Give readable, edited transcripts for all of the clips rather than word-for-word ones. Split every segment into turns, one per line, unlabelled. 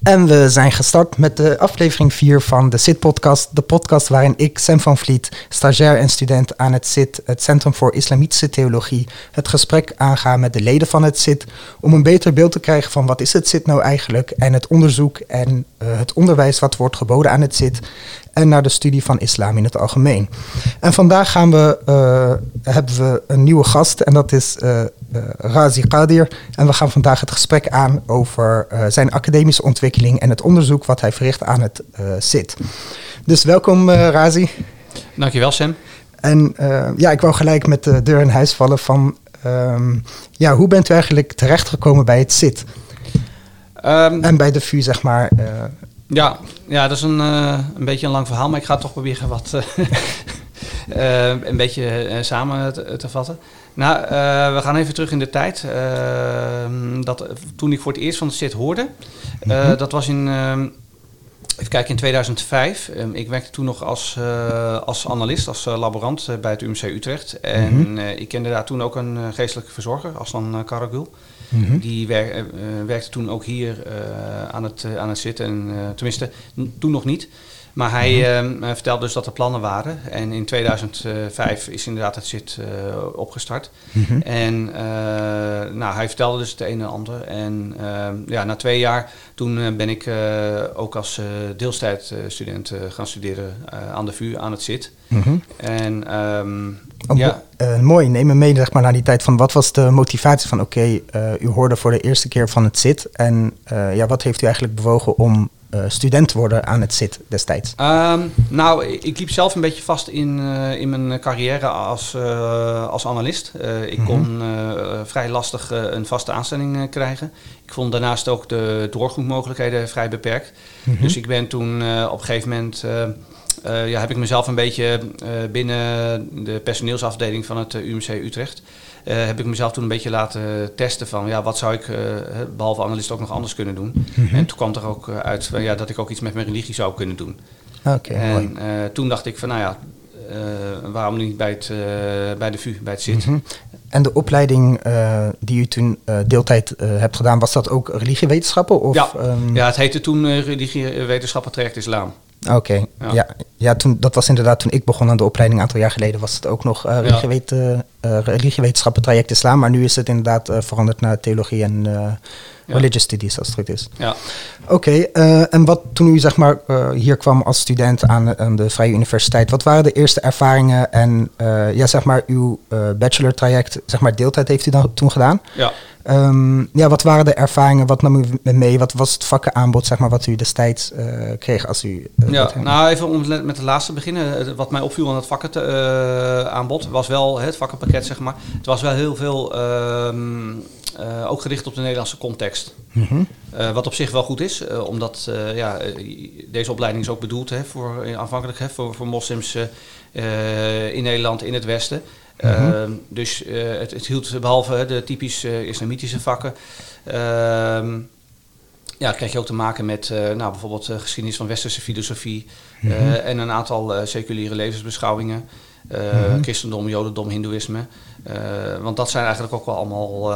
En we zijn gestart met de aflevering 4 van de SIT-podcast. De podcast waarin ik, Sam van Vliet, stagiair en student aan het SIT, het Centrum voor Islamitische Theologie, het gesprek aanga met de leden van het SIT om een beter beeld te krijgen van wat is het SIT nou eigenlijk en het onderzoek en het onderwijs wat wordt geboden aan het SIT en naar de studie van islam in het algemeen. En vandaag hebben we een nieuwe gast en dat is Razi Qadir. En we gaan vandaag het gesprek aan over zijn academische ontwikkeling en het onderzoek wat hij verricht aan het SIT. Dus welkom Razi.
Dankjewel Sam.
En ik wou gelijk met de deur in huis vallen van hoe bent u eigenlijk terechtgekomen bij het SIT? En bij de VU, zeg maar.
Ja, dat is een beetje een lang verhaal, maar ik ga het toch proberen wat een beetje samen te vatten. Nou, we gaan even terug in de tijd. Toen ik voor het eerst van het SIT hoorde, dat was in 2005. Ik werkte toen nog als analist, als laborant bij het UMC Utrecht. En ik kende daar toen ook een geestelijke verzorger, Aslan Karagül. Die werkte toen ook hier aan het SIT. En tenminste, toen nog niet. Maar hij vertelde dus dat er plannen waren. En in 2005 is inderdaad het SIT opgestart. En hij vertelde dus het een en ander. En na 2 jaar toen ben ik ook als deeltijdstudent gaan studeren aan de VU, aan het SIT. En
mooi, neem me mee zeg maar, naar die tijd van wat was de motivatie van u hoorde voor de eerste keer van het SIT. En wat heeft u eigenlijk bewogen om student te worden aan het SIT destijds?
Ik liep zelf een beetje vast in mijn carrière als analist. Ik kon vrij lastig een vaste aanstelling krijgen. Ik vond daarnaast ook de doorgroeimogelijkheden vrij beperkt. Dus ik ben toen op een gegeven moment heb ik mezelf een beetje binnen de personeelsafdeling van het UMC Utrecht heb ik mezelf toen een beetje laten testen van wat zou ik behalve analist ook nog anders kunnen doen. En toen kwam er ook uit dat ik ook iets met mijn religie zou kunnen doen. En toen dacht ik van waarom niet bij de VU, bij het SIT.
En de opleiding die u toen deeltijd hebt gedaan, was dat ook religiewetenschappen? Of,
het heette toen religiewetenschappen traject islam.
Oké. Dat was inderdaad toen ik begon aan de opleiding een aantal jaar geleden, was het ook nog religiewetenschappen traject islam, maar nu is het inderdaad veranderd naar theologie en religious studies als het goed is.
Ja.
En toen u zeg maar hier kwam als student aan de Vrije Universiteit, wat waren de eerste ervaringen en uw bachelor traject, zeg maar deeltijd heeft u dan toen gedaan?
Ja.
Wat waren de ervaringen? Wat nam u mee? Wat was het vakkenaanbod, zeg maar, wat u destijds kreeg als u...
even om met de laatste te beginnen. Wat mij opviel aan het vakkenaanbod was wel het vakkenpakket, zeg maar. Het was wel heel veel ook gericht op de Nederlandse context. Wat op zich wel goed is, omdat deze opleiding is ook bedoeld aanvankelijk voor moslims in Nederland, in het Westen. Dus het hield behalve de typisch islamitische vakken, krijg je ook te maken met bijvoorbeeld geschiedenis van westerse filosofie en een aantal seculiere levensbeschouwingen, christendom, jodendom, hindoeïsme. Want dat zijn eigenlijk ook wel allemaal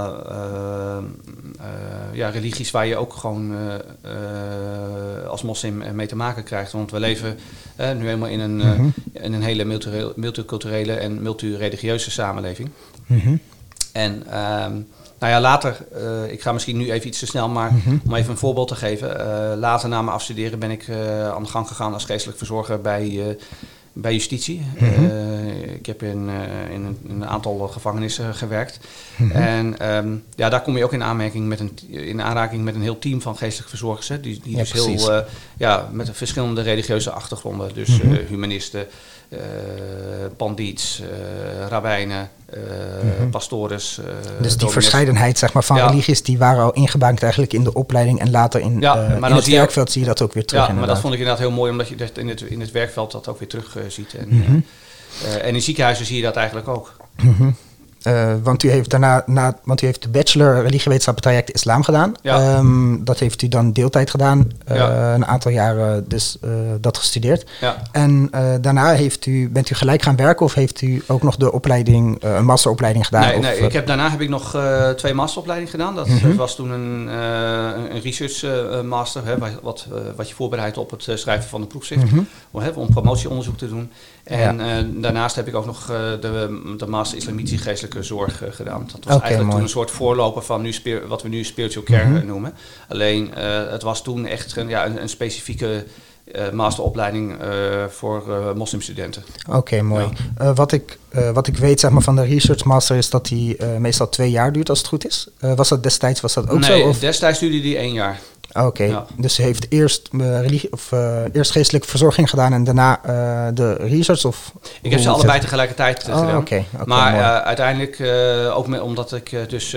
religies waar je ook gewoon als moslim mee te maken krijgt. Want we leven nu helemaal in een hele multiculturele en multireligieuze samenleving. En later, ik ga misschien nu even iets te snel, maar om even een voorbeeld te geven. Later na mijn afstuderen ben ik aan de gang gegaan als geestelijk verzorger bij justitie. Ik heb in een aantal gevangenissen gewerkt. En daar kom je ook in aanraking met een heel team van geestelijke verzorgers. Die dus heel met verschillende religieuze achtergronden. Dus humanisten, pandiets, rabbijnen, pastores.
Dus die verscheidenheid zeg maar, van religies, die waren al ingebankd eigenlijk in de opleiding en later in het werkveld zie je dat ook weer terug.
Ja, maar dat vond ik inderdaad heel mooi, omdat je dat in het werkveld dat ook weer terug ziet. En in ziekenhuizen zie je dat eigenlijk ook.
Want u heeft want u heeft de bachelor religiewetenschappen traject islam gedaan.
Ja.
Dat heeft u dan deeltijd gedaan. Een aantal jaren dus dat gestudeerd.
Ja.
En daarna bent u gelijk gaan werken of heeft u ook nog de opleiding, een masteropleiding gedaan?
Nee, daarna heb ik nog 2 masteropleidingen gedaan. Dat was toen een research master, wat je voorbereidt op het schrijven van een proefschrift. Om promotieonderzoek te doen. En daarnaast heb ik ook nog de master islamitische geestelijke zorg gedaan. Dat was eigenlijk toen een soort voorloper van wat we nu spiritual care noemen. Alleen het was toen echt een specifieke masteropleiding voor moslimstudenten.
Oké, mooi. Ja. Wat ik weet zeg maar, van de research master is dat die meestal 2 jaar duurt als het goed is. Was dat destijds ook zo?
Nee, destijds duurde die 1 jaar.
Oké, ja. Dus ze heeft eerst eerst geestelijke verzorging gedaan en daarna de research?
Ik heb ze allebei tegelijkertijd gedaan.
Okay,
maar uiteindelijk, ook omdat ik dus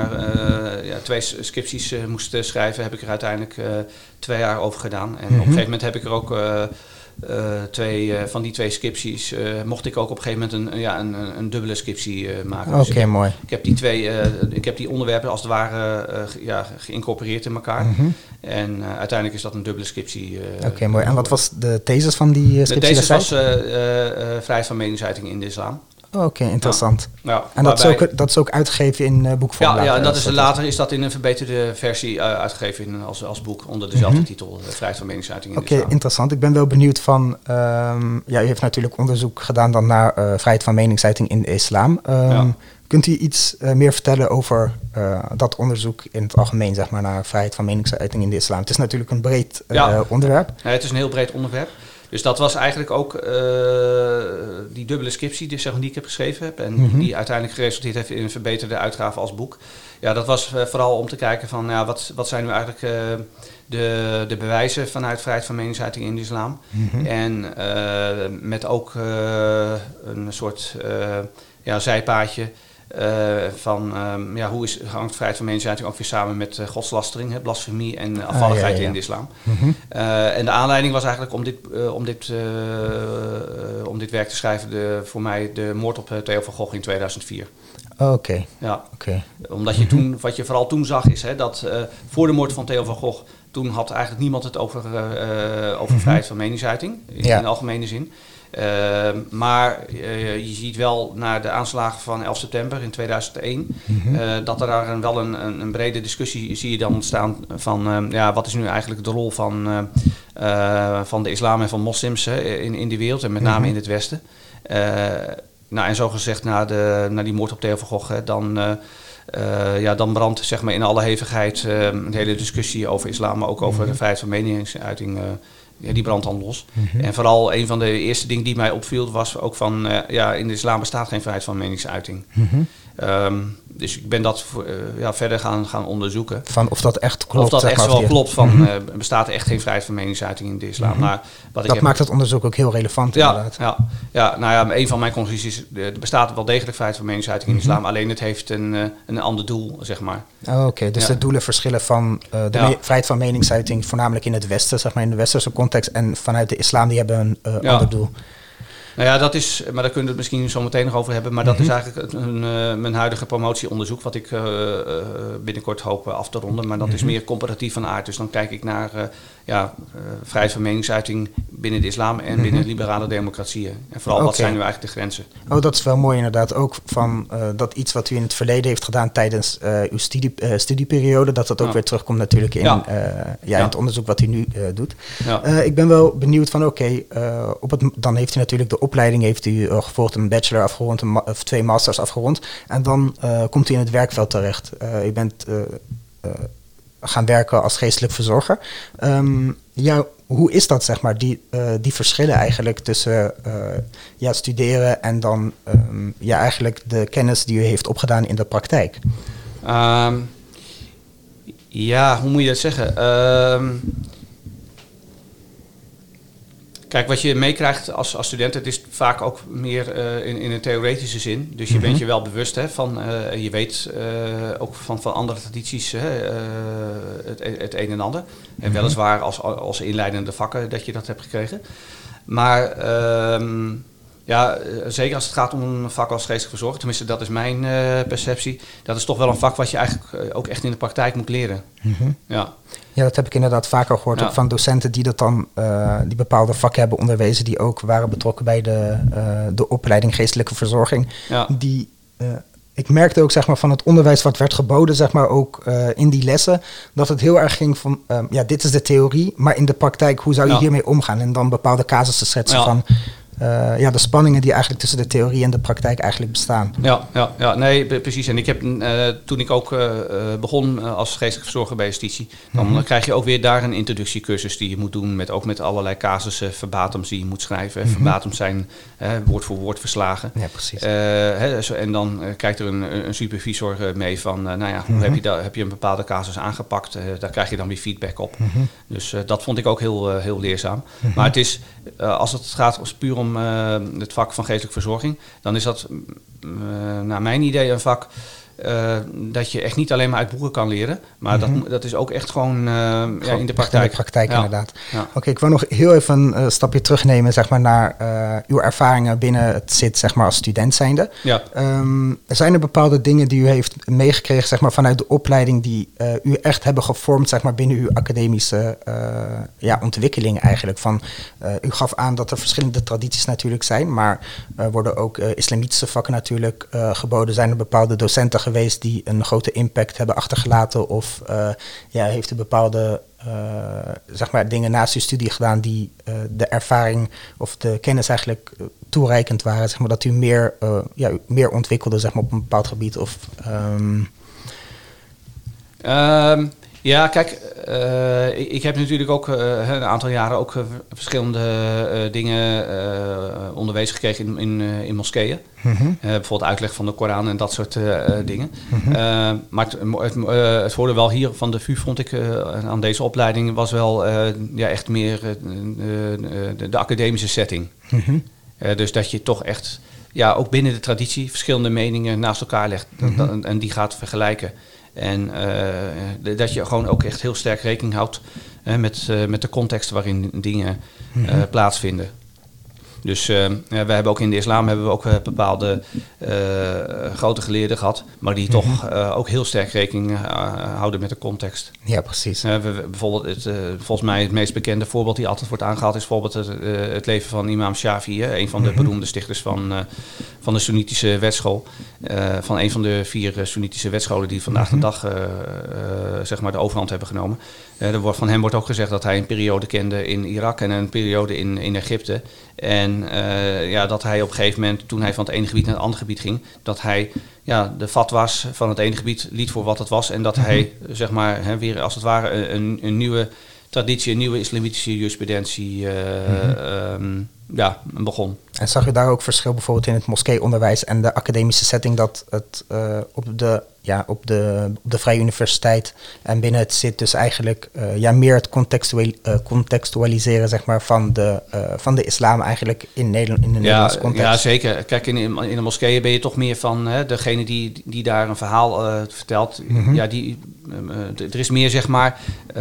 2 scripties moest schrijven, heb ik er uiteindelijk 2 jaar over gedaan. En op een gegeven moment heb ik er ook 2 van die 2 scripties mocht ik ook op een gegeven moment een dubbele scriptie maken.
Oké, dus mooi.
Ik heb die onderwerpen als het ware geïncorporeerd in elkaar. En uiteindelijk is dat een dubbele scriptie.
Oké, mooi. En wat was de thesis van die scriptie?
De thesis was vrijheid van meningsuiting in de islam.
Oké, interessant.
Ja,
en dat is ook uitgegeven in boekvorm?
Ja, en later is dat in een verbeterde versie uitgegeven als boek onder dezelfde titel, Vrijheid van meningsuiting in de islam.
Oké, interessant. Ik ben wel benieuwd van, u heeft natuurlijk onderzoek gedaan dan naar vrijheid van meningsuiting in de islam. Kunt u iets meer vertellen over dat onderzoek in het algemeen, zeg maar, naar vrijheid van meningsuiting in de islam? Het is natuurlijk een breed onderwerp.
Ja, het is een heel breed onderwerp. Dus dat was eigenlijk ook die dubbele scriptie die ik heb geschreven heb. En die uiteindelijk geresulteerd heeft in een verbeterde uitgave als boek. Ja, dat was vooral om te kijken van wat zijn nu eigenlijk de bewijzen vanuit vrijheid van meningsuiting in de islam. En met ook een soort zijpaadje. Hoe hangt vrijheid van meningsuiting ook weer samen met godslastering, blasfemie en afvalligheid in de islam. En de aanleiding was eigenlijk om dit werk te schrijven, voor mij de moord op Theo van Gogh in 2004.
Oké.
Ja. Omdat je toen, wat je vooral toen zag is dat voor de moord van Theo van Gogh, toen had eigenlijk niemand het over vrijheid van meningsuiting in algemene zin. Maar je ziet wel na de aanslagen van 11 september in 2001... dat er daar wel een brede discussie zie je dan ontstaan van... wat is nu eigenlijk de rol van de islam en van moslims in de wereld en met name in het Westen. En zo gezegd na die moord op Theo van Gogh, dan brandt zeg maar in alle hevigheid een hele discussie over islam, maar ook over de vrijheid van meningsuiting. Die brandt dan los. En vooral een van de eerste dingen die mij opviel was ook van... in de islam bestaat geen vrijheid van meningsuiting. Dus ik ben dat verder gaan onderzoeken.
Van of dat echt klopt.
Of dat echt wel klopt. Bestaat er echt geen vrijheid van meningsuiting in de islam. Maar
dat maakt het onderzoek ook heel relevant inderdaad.
Een van mijn conclusies is... Er bestaat wel degelijk vrijheid van meningsuiting in de islam. Alleen het heeft een ander doel, zeg maar.
Oké, dus de doelen verschillen van vrijheid van meningsuiting... voornamelijk in het Westen, zeg maar in de westerse context... en vanuit de islam, die hebben een ander doel.
Nou ja, dat is, maar daar kunnen we het misschien zo meteen nog over hebben. Maar dat is eigenlijk mijn huidige promotieonderzoek, wat ik binnenkort hoop af te ronden. Maar dat is meer comparatief van aard. Dus dan kijk ik naar vrijheid van meningsuiting binnen de islam en binnen liberale democratieën. En vooral wat zijn nu eigenlijk de grenzen. Oh,
dat is wel mooi inderdaad. Ook van dat iets wat u in het verleden heeft gedaan tijdens uw studieperiode, dat ook weer terugkomt natuurlijk in het onderzoek wat u nu doet. Ja. Ik ben wel benieuwd van dan heeft u natuurlijk de opleiding, heeft u gevolgd, een bachelor afgerond, of 2 masters afgerond. En dan komt u in het werkveld terecht. U bent gaan werken als geestelijk verzorger. Hoe is dat, zeg maar, die verschillen eigenlijk tussen studeren en dan eigenlijk de kennis die u heeft opgedaan in de praktijk?
Hoe moet je dat zeggen? Kijk, wat je meekrijgt als student, het is vaak ook meer in een theoretische zin. Dus je bent je wel bewust van, je weet ook van andere tradities het een en ander. En weliswaar als inleidende vakken dat je dat hebt gekregen. Maar Ja, zeker als het gaat om een vak als geestelijke verzorger. Tenminste, dat is mijn perceptie. Dat is toch wel een vak wat je eigenlijk ook echt in de praktijk moet leren.
Mm-hmm.
Ja.
Ja, dat heb ik inderdaad vaker gehoord. Ook van docenten die dat dan die bepaalde vakken hebben onderwezen, die ook waren betrokken bij de opleiding geestelijke verzorging.
Ja.
Ik merkte ook, zeg maar, van het onderwijs wat werd geboden, zeg maar, ook in die lessen, dat het heel erg ging van, dit is de theorie, maar in de praktijk, hoe zou je hiermee omgaan? En dan bepaalde casussen schetsen van de spanningen die eigenlijk tussen de theorie en de praktijk eigenlijk bestaan.
Ja, nee, precies. En ik heb toen ik ook begon als geestelijke verzorger bij Justitie, dan krijg je ook weer daar een introductiecursus die je moet doen, ook met allerlei casussen, verbatims die je moet schrijven. Verbatims zijn woord voor woord verslagen.
Ja, precies.
En dan kijkt er een supervisor mee van, hoe heb je een bepaalde casus aangepakt? Daar krijg je dan weer feedback op. Dus dat vond ik ook heel leerzaam. Maar het is, als het gaat puur om het vak van geestelijke verzorging, dan is dat naar mijn idee een vak dat je echt niet alleen maar uit boeken kan leren, maar dat is ook echt gewoon in de praktijk.
In de praktijk, inderdaad.
Ja.
Oké, ik wil nog heel even een stapje terugnemen, zeg maar, naar uw ervaringen binnen het SIT, zeg maar, als student zijnde.
Ja.
Zijn er bepaalde dingen die u heeft meegekregen, zeg maar, vanuit de opleiding die u echt hebben gevormd, zeg maar, binnen uw academische ontwikkeling eigenlijk? U gaf aan dat er verschillende tradities natuurlijk zijn, maar worden ook islamitische vakken natuurlijk geboden. Zijn er bepaalde docenten geweest die een grote impact hebben achtergelaten, of heeft u bepaalde zeg maar dingen naast uw studie gedaan die de ervaring of de kennis eigenlijk toereikend waren, zeg maar, dat u meer ontwikkelde, zeg maar, op een bepaald gebied? Of
ja, kijk, ik heb natuurlijk ook een aantal jaren ook verschillende dingen onderwezen gekregen in moskeeën. Bijvoorbeeld uitleg van de Koran en dat soort dingen. Maar het voordeel wel hier van de VU vond ik aan deze opleiding was wel echt meer de academische setting. Dus dat je toch echt ook binnen de traditie verschillende meningen naast elkaar legt en die gaat vergelijken. En dat je gewoon ook echt heel sterk rekening houdt met de context waarin dingen plaatsvinden. Dus we hebben ook in de islam bepaalde grote geleerden gehad, maar die toch ook heel sterk rekening houden met de context. Ja, precies. Bijvoorbeeld volgens mij het meest bekende voorbeeld die altijd wordt aangehaald is bijvoorbeeld het leven van imam Shafi'i, een van de beroemde stichters van de Soenitische wetschool. Van een van de 4 Soenitische wetscholen die vandaag de dag zeg maar de overhand hebben genomen. Van hem wordt ook gezegd dat hij een periode kende in Irak en een periode in Egypte. En dat hij op een gegeven moment, toen hij van het ene gebied naar het andere gebied ging, dat hij de fatwa's van het ene gebied liet voor wat het was. En dat hij, zeg maar, weer als het ware een nieuwe traditie, een nieuwe islamitische jurisprudentie begon. En zag u daar ook verschil bijvoorbeeld in het moskeeonderwijs en de academische setting, dat het op de Vrije Universiteit en binnen het SIT dus eigenlijk meer het contextualiseren, zeg maar, van de islam eigenlijk in de Nederlandse context? Ja, zeker. Kijk, in de moskeeën ben je toch meer van degene die daar een verhaal vertelt. Er is meer, zeg maar,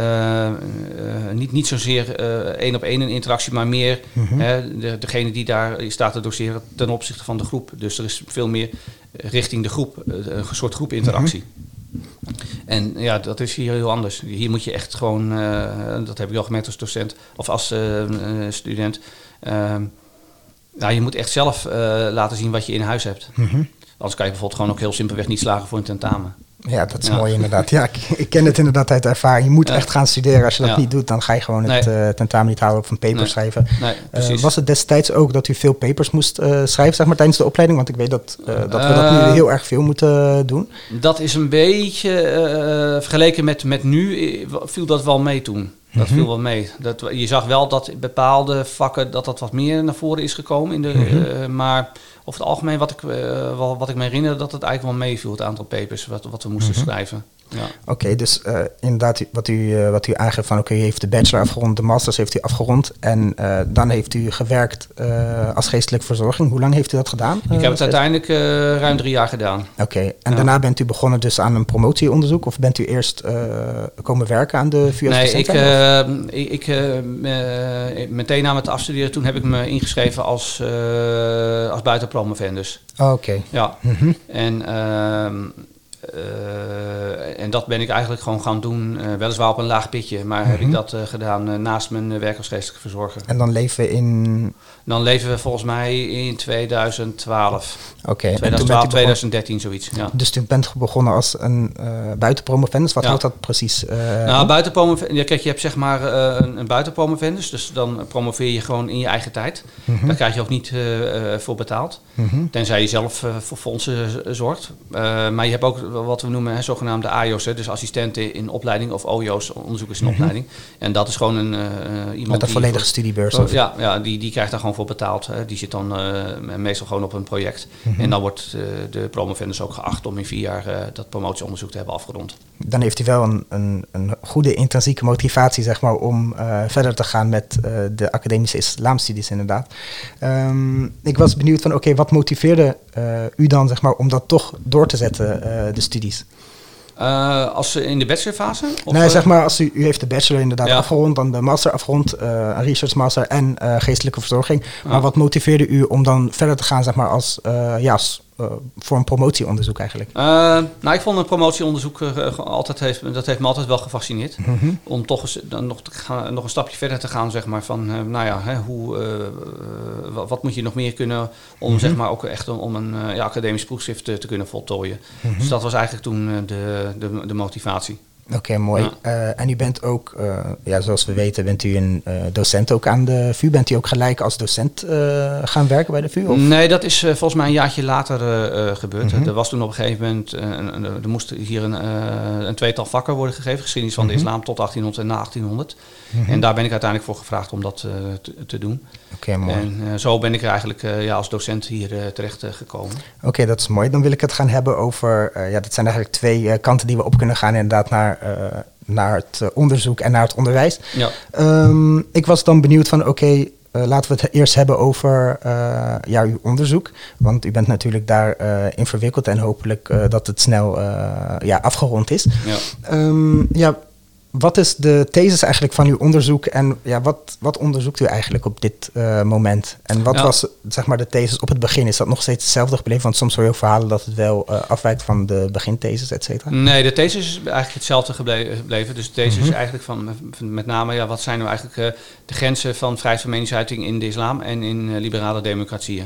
niet zozeer 1-op-1 een interactie, maar meer degene die daar staat te doseren ten opzichte van de groep. Dus er is veel meer richting de groep, een soort groepinteractie. En dat is hier heel anders. Hier moet je echt gewoon, dat heb ik al gemerkt als docent of als student, je moet echt zelf laten zien wat je in huis hebt. Anders kan je bijvoorbeeld gewoon ook heel simpelweg niet slagen voor een tentamen. Ja, dat is mooi inderdaad. Ja, ik ken het inderdaad uit ervaring. Je moet echt gaan studeren. Als je dat niet doet, dan ga je gewoon het tentamen niet halen of een paper schrijven. Was het destijds ook dat u veel papers moest schrijven, zeg maar, tijdens de opleiding? Want ik weet dat we dat nu heel erg veel moeten doen. Dat is een beetje, vergeleken met nu, viel dat wel mee toen. Dat viel wel mee. Je zag wel dat bepaalde vakken dat wat meer naar voren is gekomen. Maar over het algemeen wat ik me herinner, dat het eigenlijk wel meeviel, het aantal papers wat we moesten schrijven. Ja.
Oké, dus inderdaad wat u aangeeft van u heeft de bachelor afgerond, de masters heeft u afgerond en dan heeft u gewerkt als geestelijke verzorging. Hoe lang heeft u dat gedaan?
Ik heb het uiteindelijk ruim 3 jaar gedaan.
Oké, en daarna bent u begonnen dus aan een promotieonderzoek of bent u eerst komen werken aan de VU?
Nee, meteen na het afstuderen toen heb ik me ingeschreven als buitenpromovendus.
Oké.
Ja, en dat ben ik eigenlijk gewoon gaan doen, weliswaar op een laag pitje, maar heb ik dat gedaan naast mijn werk als geestelijke verzorger.
En dan leven we in...
Dan leven we volgens mij in 2012.
Oké.
2012, 2013 zoiets. Ja.
Dus u bent begonnen als een buitenpromovendus. Wat houdt dat precies?
Buitenpromovendus. Kijk, je hebt zeg maar een buitenpromovendus. Dus dan promoveer je gewoon in je eigen tijd. Daar krijg je ook niet voor betaald. Tenzij je zelf voor fondsen zorgt. Maar je hebt ook wat we noemen zogenaamde AJO's. Dus assistenten in opleiding of OJO's, onderzoekers in opleiding. En dat is gewoon iemand
met een volledige studiebeurs.
Ja, die krijgt daar gewoon voor betaald. Die zit dan meestal gewoon op een project. En dan wordt de promovendus ook geacht om in 4 jaar dat promotieonderzoek te hebben afgerond.
Dan heeft u wel een goede intrinsieke motivatie, zeg maar, om verder te gaan met de academische islamstudies inderdaad. Ik was benieuwd van, oké, wat motiveerde u dan, zeg maar, om dat toch door te zetten, de studies?
Als in de bachelorfase?
Nee, zeg maar, als u heeft de bachelor inderdaad afgerond, dan de master afgerond, een research master en geestelijke verzorging. Maar wat motiveerde u om dan verder te gaan, zeg maar, als voor een promotieonderzoek eigenlijk?
Ik vond een promotieonderzoek dat heeft me altijd wel gefascineerd. Om toch eens nog een stapje verder te gaan, zeg maar, van wat moet je nog meer kunnen om zeg maar ook echt om een academisch proefschrift te kunnen voltooien. Dus dat was eigenlijk toen de motivatie.
Oké, mooi. Ja. En u bent ook, zoals we weten, bent u een docent ook aan de VU. Bent u ook gelijk als docent gaan werken bij de VU? Of?
Nee, dat is volgens mij een jaartje later gebeurd. Er was toen op een gegeven moment, er moest hier een tweetal vakken worden gegeven. Geschiedenis van de islam tot 1800 en na 1800. En daar ben ik uiteindelijk voor gevraagd om dat te doen.
Oké, mooi.
En zo ben ik er eigenlijk als docent hier terecht gekomen.
Oké, dat is mooi. Dan wil ik het gaan hebben over, dat zijn eigenlijk 2 kanten die we op kunnen gaan inderdaad naar het onderzoek en naar het onderwijs. Ja. Ik was dan benieuwd van, laten we het eerst hebben over uw onderzoek. Want u bent natuurlijk daarin verwikkeld en hopelijk dat het snel afgerond is. Ja. Wat is de thesis eigenlijk van uw onderzoek en wat onderzoekt u eigenlijk op dit moment? En wat was zeg maar de thesis op het begin? Is dat nog steeds hetzelfde gebleven? Want soms hoor je ook verhalen dat het wel afwijkt van de beginthesis, et cetera.
Nee, de thesis is eigenlijk hetzelfde gebleven. Dus de thesis is eigenlijk van met name, wat zijn nou eigenlijk de grenzen van vrijheid van meningsuiting in de islam en in liberale democratieën?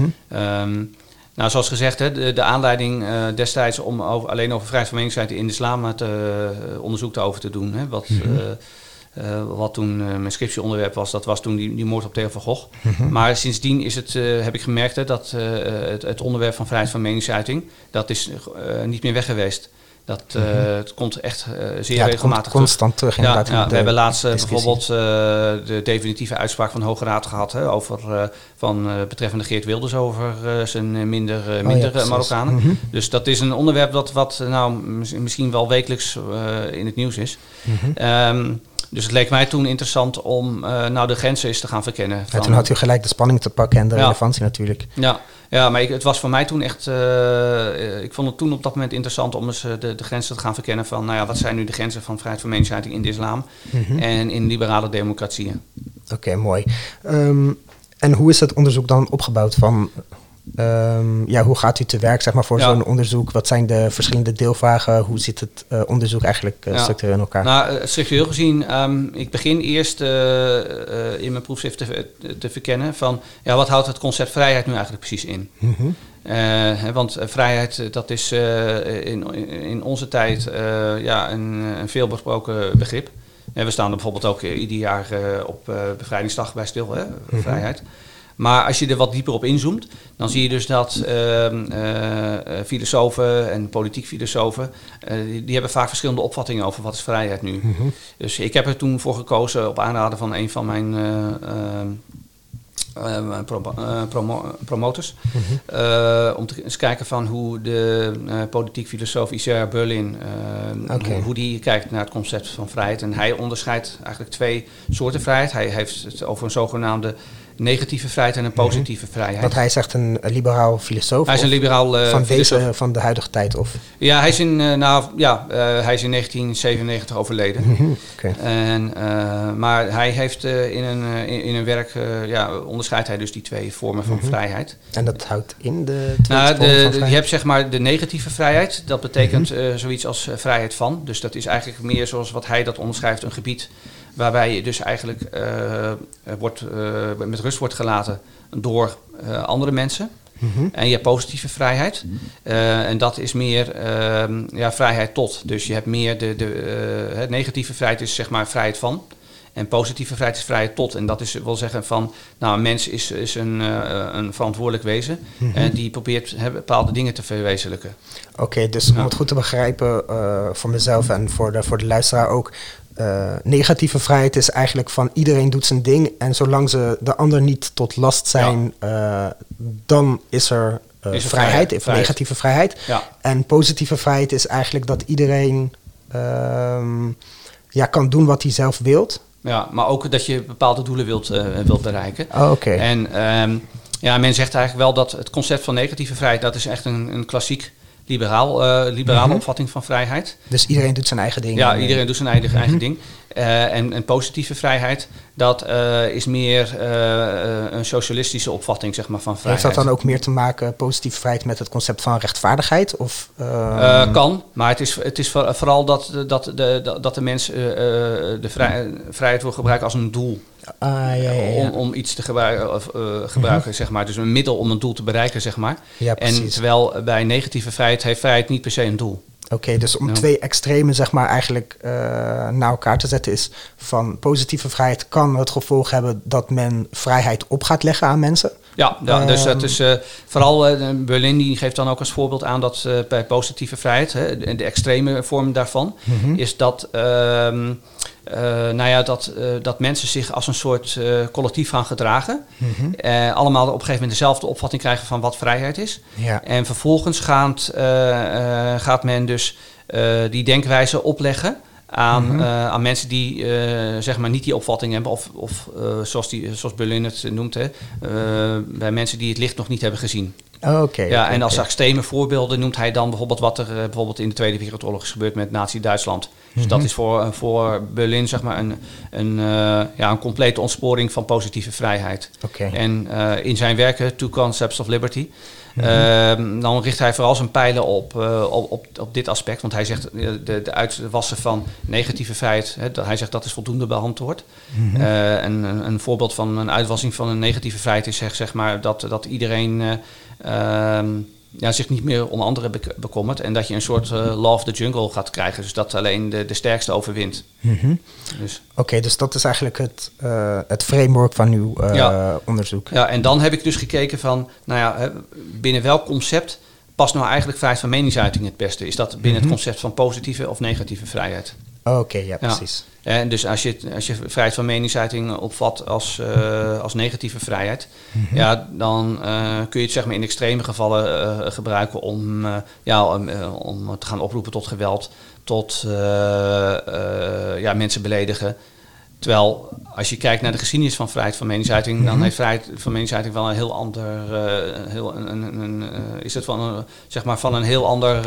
Zoals gezegd, de aanleiding destijds om alleen over vrijheid van meningsuiting in de islam het onderzoek over te doen. Wat toen mijn scriptieonderwerp was, dat was toen die moord op Theo van Gogh. Maar sindsdien heb ik gemerkt dat het onderwerp van vrijheid van meningsuiting, dat is niet meer weg geweest. Het komt echt zeer regelmatig terug.
Constant terug inderdaad.
We hebben laatst bijvoorbeeld de definitieve uitspraak van de Hoge Raad gehad over betreffende Geert Wilders over zijn minder Marokkanen. Dus dat is een onderwerp wat misschien wel wekelijks in het nieuws is. Dus het leek mij toen interessant om de grenzen eens te gaan verkennen.
Toen had u gelijk de spanning te pakken en de relevantie natuurlijk.
Ja, maar het was voor mij toen echt... ik vond het toen op dat moment interessant om eens de grenzen te gaan verkennen van... wat zijn nu de grenzen van vrijheid van meningsuiting in de islam en in liberale democratieën.
Oké, mooi. En hoe is het onderzoek dan opgebouwd van... hoe gaat u te werk zeg maar, voor zo'n onderzoek? Wat zijn de verschillende deelvragen? Hoe zit het onderzoek eigenlijk structureel in elkaar?
Structureel gezien, ik begin eerst in mijn proefschrift te verkennen van... wat houdt het concept vrijheid nu eigenlijk precies in? Want vrijheid, dat is in onze tijd een veelbesproken begrip. We staan er bijvoorbeeld ook ieder jaar op Bevrijdingsdag bij stil, vrijheid. Maar als je er wat dieper op inzoomt, dan zie je dus dat filosofen en politiek filosofen, die hebben vaak verschillende opvattingen over wat is vrijheid nu. Dus ik heb er toen voor gekozen op aanraden van een van mijn promotors. Om te eens kijken van hoe de politiek filosoof Isaiah Berlin, hoe die kijkt naar het concept van vrijheid. En hij onderscheidt eigenlijk 2 soorten vrijheid. Hij heeft het over een zogenaamde negatieve vrijheid en een positieve vrijheid.
Want hij is echt een liberaal filosoof?
Hij is een liberaal filosoof.
Van de huidige tijd? Of?
Ja, hij is in 1997 overleden. Maar hij heeft in een werk onderscheidt hij dus die 2 vormen van vrijheid.
En dat houdt in de 2 vormen van vrijheid?
Je hebt zeg maar de negatieve vrijheid. Dat betekent zoiets als vrijheid van. Dus dat is eigenlijk meer zoals wat hij dat omschrijft, een gebied waarbij je dus eigenlijk met rust wordt gelaten door andere mensen. En je hebt positieve vrijheid. En dat is meer vrijheid tot. Dus je hebt meer de negatieve vrijheid is zeg maar vrijheid van. En positieve vrijheid is vrijheid tot. En dat wil zeggen van, nou, een mens is een verantwoordelijk wezen. En die probeert bepaalde dingen te verwezenlijken.
Oké, dus om het goed te begrijpen voor mezelf en voor de luisteraar ook. Negatieve vrijheid is eigenlijk van iedereen doet zijn ding. En zolang ze de ander niet tot last zijn, dan is er vrijheid, negatieve vrijheid. Ja. En positieve vrijheid is eigenlijk dat iedereen kan doen wat hij zelf wilt.
Ja, maar ook dat je bepaalde doelen wilt bereiken.
Oh, oké.
En men zegt eigenlijk wel dat het concept van negatieve vrijheid, dat is echt een klassiek liberale opvatting van vrijheid.
Dus iedereen doet zijn eigen ding.
Ja, iedereen doet zijn eigen ding. En positieve vrijheid, dat is meer een socialistische opvatting zeg maar, van vrijheid.
Heeft dat dan ook meer te maken, positieve vrijheid, met het concept van rechtvaardigheid? Of,
kan, maar het is vooral dat de mens de vrijheid wil gebruiken als een doel. Om iets te gebruiken, zeg maar. Dus een middel om een doel te bereiken, zeg maar.
Ja,
en terwijl bij negatieve vrijheid heeft vrijheid niet per se een doel.
Oké, dus om 2 extremen zeg maar eigenlijk naar elkaar te zetten is van positieve vrijheid kan het gevolg hebben dat men vrijheid op gaat leggen aan mensen. Ja,
dus dat is vooral Berlin die geeft dan ook als voorbeeld aan dat bij positieve vrijheid, de extreme vorm daarvan, is dat dat mensen zich als een soort collectief gaan gedragen. Allemaal op een gegeven moment dezelfde opvatting krijgen van wat vrijheid is. Ja. En vervolgens gaat men dus die denkwijze opleggen aan mensen die zeg maar niet die opvatting hebben. Of zoals Berlin het noemt, bij mensen die het licht nog niet hebben gezien. En als extreme voorbeelden noemt hij dan bijvoorbeeld wat er bijvoorbeeld in de Tweede Wereldoorlog is gebeurd met Nazi-Duitsland. Dus dat is voor Berlin zeg maar een complete ontsporing van positieve vrijheid. En in zijn werken, Two Concepts of Liberty, dan richt hij vooral zijn pijlen op dit aspect. Want hij zegt de uitwassen van negatieve vrijheid, hij zegt dat is voldoende beantwoord. En een voorbeeld van een uitwassing van een negatieve vrijheid is zeg maar dat iedereen zich niet meer om anderen bekommert. En dat je een soort law of the jungle gaat krijgen. Dus dat alleen de sterkste overwint. Dus.
Dus dat is eigenlijk het framework van uw onderzoek.
Ja, en dan heb ik dus gekeken van, binnen welk concept past nou eigenlijk vrijheid van meningsuiting het beste? Is dat binnen het concept van positieve of negatieve vrijheid?
Precies.
En dus als je vrijheid van meningsuiting opvat als negatieve vrijheid, dan kun je het zeg maar in extreme gevallen gebruiken om te gaan oproepen tot geweld, tot mensen beledigen. Terwijl als je kijkt naar de geschiedenis van vrijheid van meningsuiting, dan heeft vrijheid van meningsuiting wel een heel ander, van een heel ander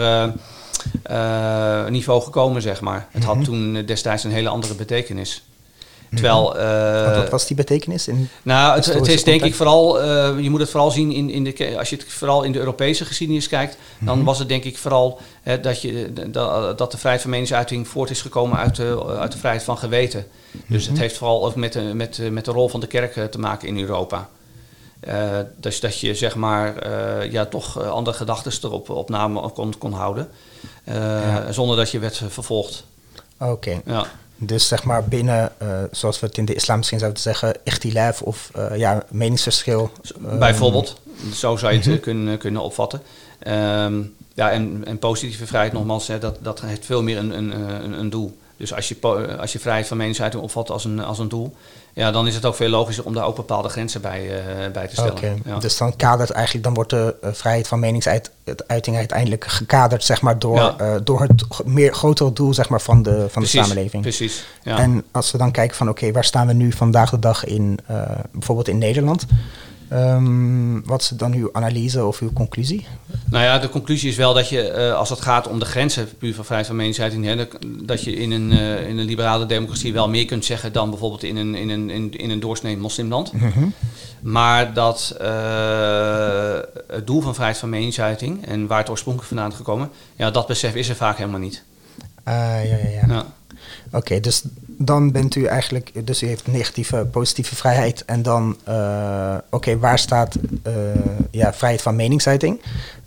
niveau gekomen, zeg maar. Het had toen destijds een hele andere betekenis. Terwijl,
wat was die betekenis?
Het is denk ik vooral, je moet het vooral zien als je het vooral in de Europese geschiedenis kijkt, dan was het denk ik vooral dat de vrijheid van meningsuiting voort is gekomen uit de vrijheid van geweten. Dus het heeft vooral ook met de rol van de kerk te maken in Europa. Dus dat je zeg maar toch andere gedachten erop op naam kon houden. Zonder dat je werd vervolgd.
Ja. Dus zeg maar binnen, zoals we het in de islam misschien zouden zeggen, ikhtilaf of meningsverschil.
Bijvoorbeeld, zo zou je het kunnen opvatten. En positieve vrijheid nogmaals, dat heeft veel meer een doel. Dus als je vrijheid van meningsuiting opvat als een doel, ja, dan is het ook veel logischer om daar ook bepaalde grenzen bij te stellen.
Okay.
Ja.
Dus dan wordt de vrijheid van meningsuiting uiteindelijk gekaderd, zeg maar, door het grotere doel, zeg maar, van de samenleving.
Precies. Ja.
En als we dan kijken van oké, waar staan we nu vandaag de dag in, bijvoorbeeld in Nederland? Wat is dan uw analyse of uw conclusie?
Nou ja, de conclusie is wel dat je, als het gaat om de grenzen puur van vrijheid van meningsuiting, dat je in een liberale democratie wel meer kunt zeggen dan bijvoorbeeld in een doorsnee moslimland. Mm-hmm. Maar dat het doel van vrijheid van meningsuiting en waar het oorspronkelijk vandaan is gekomen, ja, dat besef is er vaak helemaal niet.
Ja. Oké, dus dan bent u eigenlijk, dus u heeft negatieve, positieve vrijheid. En dan, waar staat vrijheid van meningsuiting?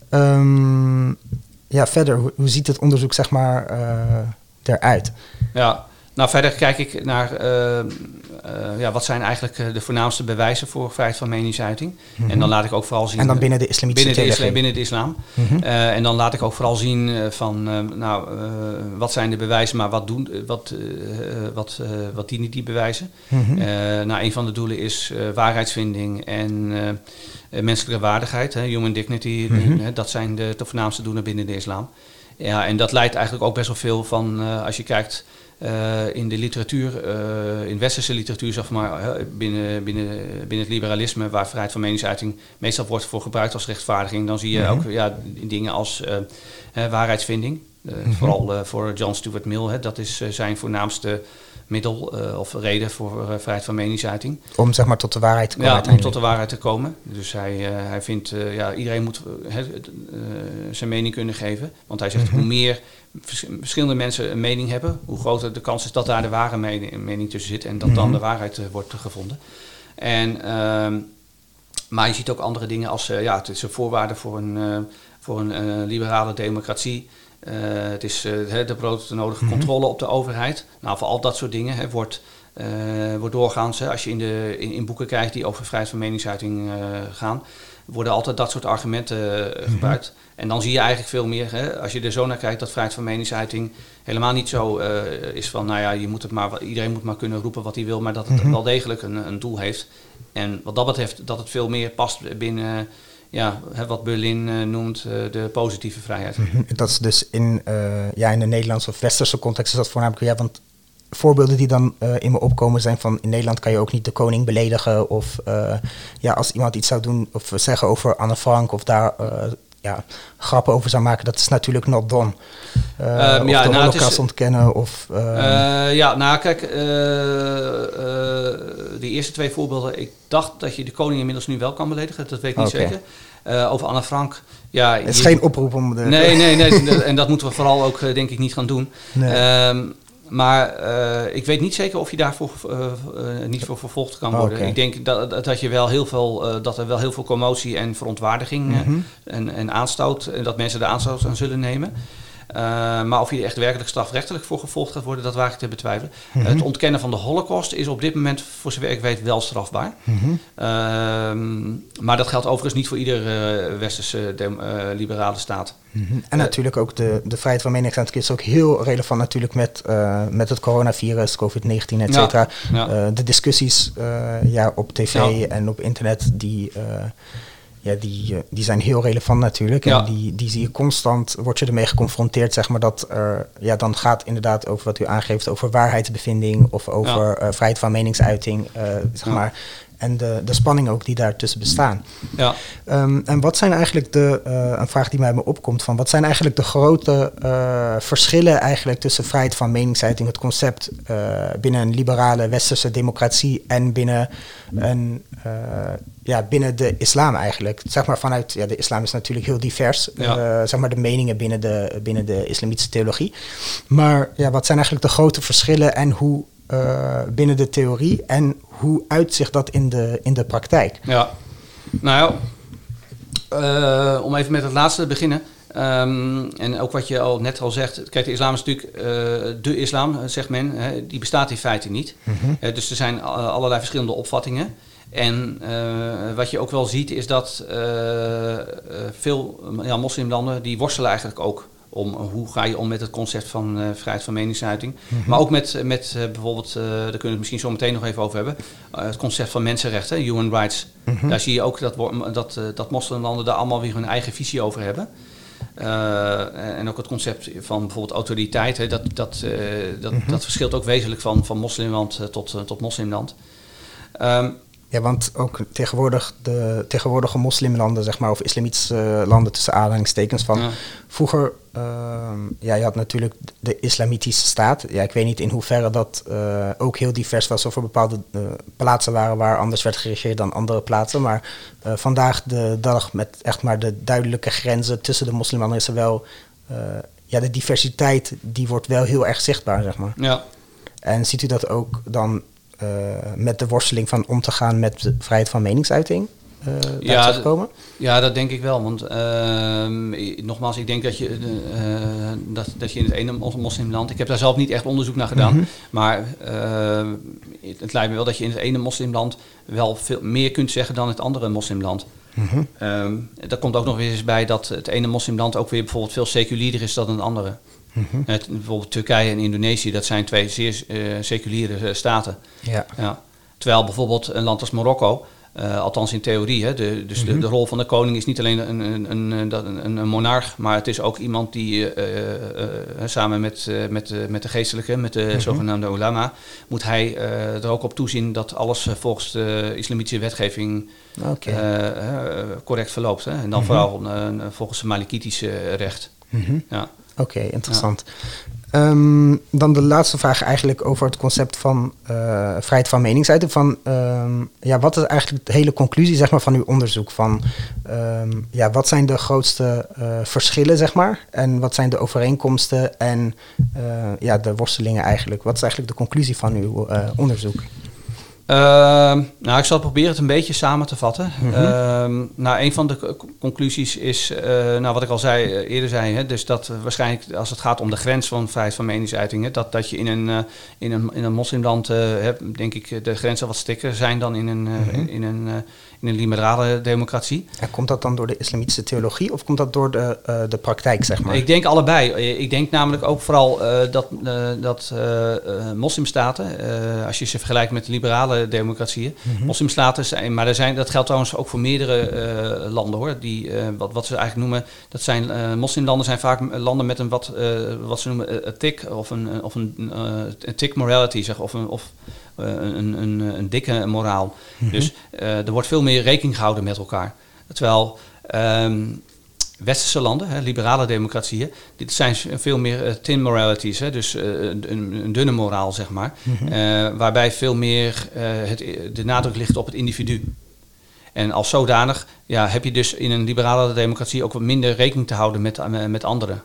Verder, hoe ziet het onderzoek, zeg maar, eruit?
Ja, nou verder kijk ik naar wat zijn eigenlijk de voornaamste bewijzen voor vrijheid van meningsuiting. Mm-hmm. En dan laat ik ook vooral zien...
En dan binnen de islamitische theologie?
Binnen de islam.
Mm-hmm.
En dan laat ik ook vooral zien wat zijn de bewijzen, maar wat dienen die bewijzen. Mm-hmm. Een van de doelen is waarheidsvinding en menselijke waardigheid, human dignity. Mm-hmm. Dat zijn de voornaamste doelen binnen de islam. Ja, en dat leidt eigenlijk ook best wel veel van, als je kijkt... in de literatuur, in westerse literatuur, zeg maar, binnen het liberalisme, waar vrijheid van meningsuiting meestal wordt voor gebruikt als rechtvaardiging, dan zie je ook dingen als waarheidsvinding. Vooral voor John Stuart Mill, dat is zijn voornaamste middel of reden voor vrijheid van meningsuiting. Om, zeg maar,
tot de waarheid te komen.
Ja, om tot de waarheid te komen. Dus hij vindt, iedereen moet zijn mening kunnen geven. Want hij zegt, hoe meer verschillende mensen een mening hebben, hoe groter de kans is dat daar de ware mening tussen zit en dat dan de waarheid wordt gevonden. Maar je ziet ook andere dingen als, het is een voorwaarde voor een liberale democratie. Het is de broodnodige controle op de overheid. Nou, voor al dat soort dingen wordt doorgaans, als je in boeken kijkt die over vrijheid van meningsuiting gaan, worden altijd dat soort argumenten gebruikt. En dan zie je eigenlijk veel meer, als je er zo naar kijkt, dat vrijheid van meningsuiting helemaal niet zo is van, iedereen moet maar kunnen roepen wat hij wil, maar dat het wel degelijk een doel heeft. En wat dat betreft, dat het veel meer past binnen wat Berlin noemt de positieve vrijheid.
Dat is dus in de Nederlandse of westerse context is dat voornamelijk, want voorbeelden die dan in me opkomen zijn van, in Nederland kan je ook niet de koning beledigen of als iemand iets zou doen of zeggen over Anne Frank of daar grappen over zou maken, dat is natuurlijk not done. Of de Holocaust ontkennen of...
kijk, die eerste twee voorbeelden, ik dacht dat je de koning inmiddels nu wel kan beledigen, dat weet ik niet zeker. Over Anne Frank,
het is geen oproep om de...
Nee, en dat moeten we vooral ook denk ik niet gaan doen. Nee. Maar ik weet niet zeker of je daarvoor niet voor vervolgd kan worden. Okay. Ik denk dat je wel heel veel, dat er wel heel veel commotie en verontwaardiging en aanstoot, dat mensen er aanstoot aan zullen nemen. Maar of je er echt werkelijk strafrechtelijk voor gevolgd gaat worden, dat waag ik te betwijfelen. Het ontkennen van de Holocaust is op dit moment, voor zover ik weet, wel strafbaar. Maar dat geldt overigens niet voor iedere westerse liberale staat.
En natuurlijk ook de vrijheid van meningsuiting is ook heel relevant natuurlijk met het coronavirus, COVID-19, et cetera. De discussies op tv en op internet, die zijn heel relevant natuurlijk. En die zie je constant, word je ermee geconfronteerd, zeg maar, dat dan gaat inderdaad over wat u aangeeft, over waarheidsbevinding of over vrijheid van meningsuiting, zeg maar. En de spanning ook die daartussen bestaan. Ja. En wat zijn eigenlijk een vraag die mij me opkomt, van wat zijn eigenlijk de grote verschillen eigenlijk tussen vrijheid van meningsuiting, het concept binnen een liberale westerse democratie en binnen de islam eigenlijk. Zeg maar vanuit, de islam is natuurlijk heel divers, zeg maar de meningen binnen de islamitische theologie. Maar wat zijn eigenlijk de grote verschillen en hoe binnen de theorie en hoe uitzicht dat in de praktijk? Ja,
nou ja, om even met het laatste te beginnen. En ook wat je net al zegt, kijk, de islam is natuurlijk de islam, zegt men, die bestaat in feite niet. Dus er zijn allerlei verschillende opvattingen. En wat je ook wel ziet is dat veel moslimlanden die worstelen eigenlijk ook hoe ga je om met het concept van vrijheid van meningsuiting. Maar ook met bijvoorbeeld, daar kunnen we het misschien zo meteen nog even over hebben, het concept van mensenrechten, human rights. Daar zie je ook dat moslimlanden daar allemaal weer hun eigen visie over hebben. En ook het concept van bijvoorbeeld autoriteit, hè, dat verschilt ook wezenlijk van moslimland tot moslimland.
Ja, want ook tegenwoordig de tegenwoordige moslimlanden, zeg maar, of islamitische landen tussen aanhalingstekens van vroeger, je had natuurlijk de islamitische staat. Ja, ik weet niet in hoeverre dat ook heel divers was of er bepaalde plaatsen waren waar anders werd geregeerd dan andere plaatsen. Maar vandaag de dag met echt maar de duidelijke grenzen tussen de moslimlanden is er wel, de diversiteit die wordt wel heel erg zichtbaar, zeg maar.
Ja.
En ziet u dat ook dan met de worsteling van om te gaan met de vrijheid van meningsuiting terugkomen?
Ja, dat denk ik wel. Want nogmaals, ik denk dat je in het ene moslimland... Ik heb daar zelf niet echt onderzoek naar gedaan. Maar het lijkt me wel dat je in het ene moslimland wel veel meer kunt zeggen dan het andere moslimland. Daar komt ook nog weer eens bij dat het ene moslimland ook weer bijvoorbeeld veel seculierder is dan het andere. Bijvoorbeeld Turkije en Indonesië, dat zijn twee zeer seculiere staten. Ja. Ja. Terwijl bijvoorbeeld een land als Marokko, althans in theorie, hè, de rol van de koning is niet alleen een monarch, maar het is ook iemand die samen met de geestelijke, met de zogenaamde ulama, moet hij er ook op toezien dat alles volgens de islamitische wetgeving correct verloopt. Hè? En dan vooral volgens het Malikitische recht. Ja.
Oké, interessant. Ja. Dan de laatste vraag eigenlijk over het concept van vrijheid van meningsuiting. Wat is eigenlijk de hele conclusie, zeg maar, van uw onderzoek? Wat zijn de grootste verschillen, zeg maar? En wat zijn de overeenkomsten en de worstelingen eigenlijk? Wat is eigenlijk de conclusie van uw onderzoek?
Ik zal proberen het een beetje samen te vatten. Een van de conclusies is, wat ik al eerder zei, hè, dus dat waarschijnlijk als het gaat om de grens van vrijheid van meningsuiting, dat je in een moslimland hebt, denk ik, de grenzen wat stikker zijn dan in een liberale democratie.
En komt dat dan door de islamitische theologie of komt dat door de praktijk, zeg maar?
Ik denk allebei. Ik denk namelijk ook vooral dat moslimstaten, als je ze vergelijkt met de liberale democratieën, moslimstaten zijn, maar dat geldt trouwens ook voor meerdere landen, hoor. Die, wat ze eigenlijk noemen, dat zijn moslimlanden zijn vaak landen met een wat ze noemen een tik of een tik morality, zeg, of een dikke moraal. Dus er wordt veel meer rekening gehouden met elkaar. Terwijl westerse landen, liberale democratieën, dit zijn veel meer thin moralities, dus een dunne moraal, zeg maar. Waarbij veel meer de nadruk ligt op het individu. En als zodanig heb je dus in een liberale democratie ook wat minder rekening te houden met anderen.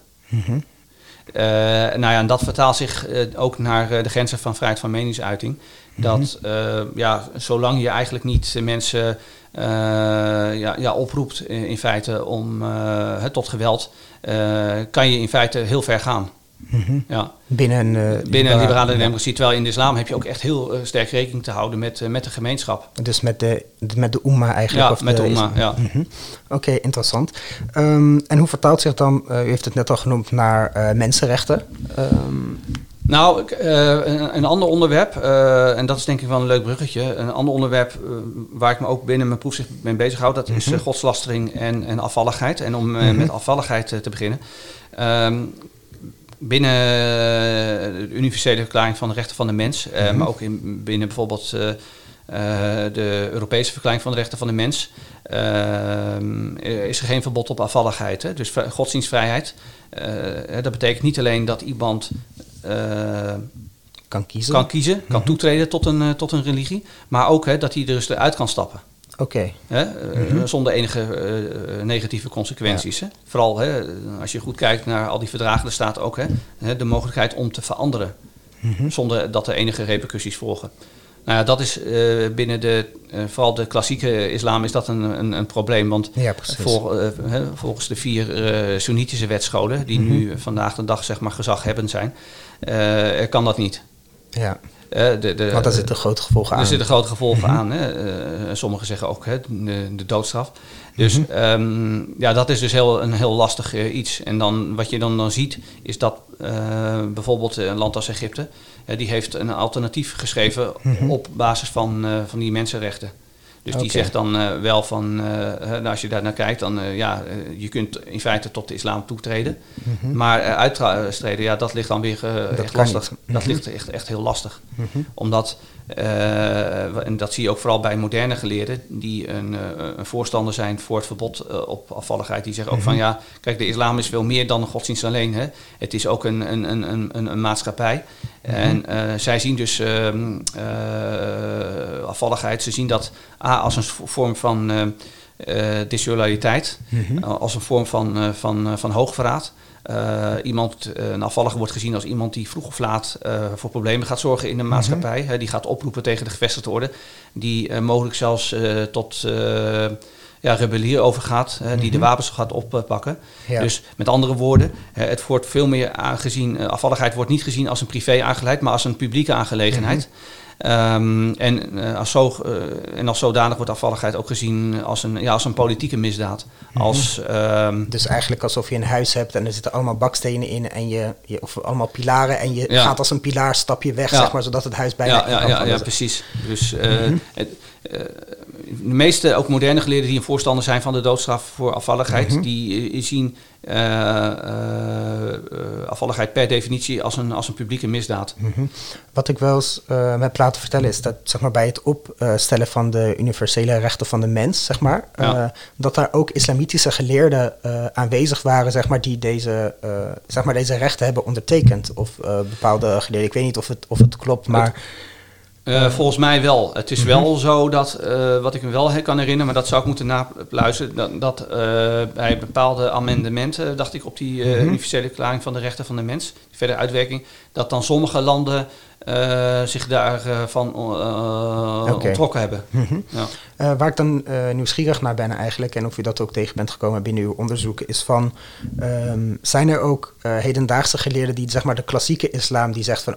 En dat vertaalt zich ook naar de grenzen van vrijheid van meningsuiting. Dat zolang je eigenlijk niet mensen oproept in feite om tot geweld, kan je in feite heel ver gaan. Ja.
Binnen een
liberale democratie. Terwijl in de islam heb je ook echt heel sterk rekening te houden met de gemeenschap.
Dus met de umma eigenlijk?
Ja, met de umma, ja.
Oké, interessant. En hoe vertaalt zich dan, u heeft het net al genoemd, naar mensenrechten?
Een ander onderwerp, en dat is denk ik wel een leuk bruggetje. Een ander onderwerp waar ik me ook binnen mijn proefschrift mee bezighoud, dat is godslastering en afvalligheid. En om met afvalligheid te beginnen. Binnen de universele verklaring van de rechten van de mens, maar ook binnen bijvoorbeeld de Europese verklaring van de rechten van de mens, is er geen verbod op afvalligheid. Hè? Dus godsdienstvrijheid, dat betekent niet alleen dat iemand
kan kiezen,
kan toetreden tot een religie, maar ook dat hij er dus uit kan stappen.
Oké.
Zonder enige negatieve consequenties. Ja. Hè? Vooral als je goed kijkt naar al die verdragen, er staat ook de mogelijkheid om te veranderen. Zonder dat er enige repercussies volgen. Nou ja, dat is binnen vooral de klassieke islam is dat een probleem. Want volgens de 4 Soenitische wetscholen, die nu vandaag de dag zeg maar gezaghebbend zijn, kan dat niet.
Ja. Want daar zitten grote gevolgen aan.
Er zitten grote gevolgen aan. Sommigen zeggen ook de doodstraf. Dus dat is dus een heel lastig iets. En dan, wat je dan ziet, is dat bijvoorbeeld een land als Egypte, die heeft een alternatief geschreven op basis van die mensenrechten. Dus die zegt dan wel van, als je daar naar kijkt, dan je kunt in feite tot de islam toetreden. Maar uittreden, dat ligt dan weer echt lastig. Dat ligt echt heel lastig. Omdat, en dat zie je ook vooral bij moderne geleerden, die een voorstander zijn voor het verbod op afvalligheid. Die zeggen ook van, kijk, de islam is veel meer dan een godsdienst alleen. Hè. Het is ook een maatschappij. En zij zien dus afvalligheid, ze zien dat als een vorm van dissolidariteit, als een vorm van hoogverraad. Een afvallige wordt gezien als iemand die vroeg of laat voor problemen gaat zorgen in de maatschappij. Die gaat oproepen tegen de gevestigde orde. Die mogelijk zelfs tot rebellie overgaat. Die de wapens gaat oppakken. Ja. Dus met andere woorden, het wordt veel meer aangezien. Afvalligheid wordt niet gezien als een privé-aangelegenheid, maar als een publieke aangelegenheid. Als zodanig wordt afvalligheid ook gezien als een politieke misdaad.
Dus eigenlijk alsof je een huis hebt en er zitten allemaal bakstenen in of allemaal pilaren en je gaat als een pilaar stap je weg, zeg maar, zodat het huis bijna
Ja, precies. Dus de meeste, ook moderne geleerden die een voorstander zijn van de doodstraf voor afvalligheid, die zien afvalligheid per definitie als een publieke misdaad.
Wat ik wel eens me heb laten vertellen is dat, zeg maar, bij het opstellen van de universele rechten van de mens, zeg maar, dat daar ook islamitische geleerden aanwezig waren, zeg maar, die deze rechten hebben ondertekend. Of bepaalde geleerden. Ik weet niet of het klopt, maar
volgens mij wel. Het is wel zo dat, wat ik me wel kan herinneren, maar dat zou ik moeten napluisteren, dat bij bepaalde amendementen, dacht ik, op die universele verklaring van de rechten van de mens, die verdere uitwerking, dat dan sommige landen zich daarvan onttrokken hebben.
Waar ik dan nieuwsgierig naar ben eigenlijk, en of u dat ook tegen bent gekomen binnen uw onderzoek, is van, zijn er ook hedendaagse geleerden die, zeg maar, de klassieke islam, die zegt van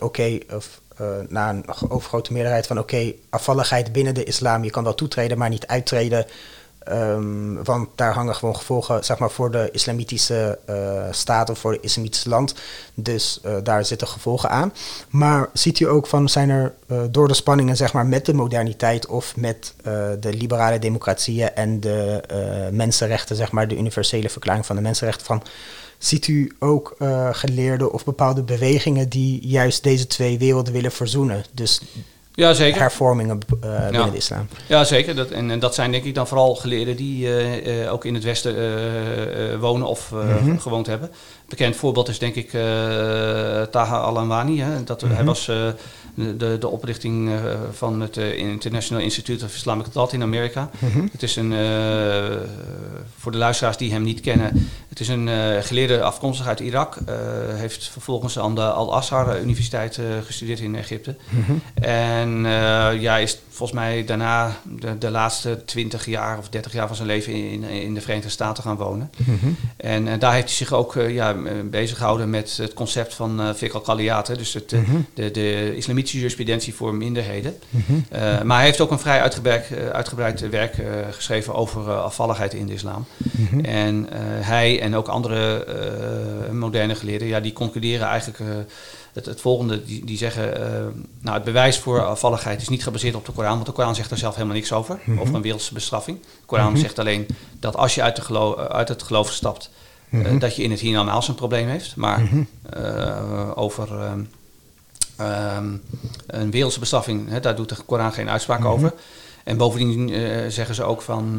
na een overgrote meerderheid van afvalligheid binnen de islam, je kan wel toetreden, maar niet uittreden, want daar hangen gewoon gevolgen, zeg maar, voor de islamitische staat of voor het islamitische land. Dus daar zitten gevolgen aan. Maar ziet u ook van, zijn er door de spanningen, zeg maar, met de moderniteit of met de liberale democratieën en de mensenrechten, zeg maar, de universele verklaring van de mensenrechten, van, ziet u ook geleerden of bepaalde bewegingen die juist deze twee werelden willen verzoenen? Dus
ja, zeker.
Hervormingen binnen de islam.
Ja, zeker. Dat zijn denk ik dan vooral geleerden die ook in het Westen wonen of gewoond hebben. Een bekend voorbeeld is denk ik Taha Al-Anwani. Hij was de oprichting van het International Institute of Islamic Thought in Amerika. Het is voor de luisteraars die hem niet kennen, het is een geleerde afkomstig uit Irak. Heeft vervolgens aan de Al-Azhar Universiteit gestudeerd in Egypte. En is volgens mij daarna de laatste 20 jaar of 30 jaar van zijn leven in de Verenigde Staten gaan wonen. En daar heeft hij zich ook bezig gehouden met het concept van fiqh al-qaliat, dus de islamitische jurisprudentie voor minderheden. Maar hij heeft ook een vrij uitgebreid werk geschreven over afvalligheid in de islam. En hij en ook andere moderne geleerden, die concluderen eigenlijk het volgende. Die zeggen, het bewijs voor afvalligheid is niet gebaseerd op de Koran, want de Koran zegt er zelf helemaal niks over een wereldse bestraffing. De Koran zegt alleen dat als je uit het geloof stapt, dat je in het hiernamaals een probleem heeft. Maar over een wereldse bestraffing, daar doet de Koran geen uitspraak over. En bovendien zeggen ze ook van,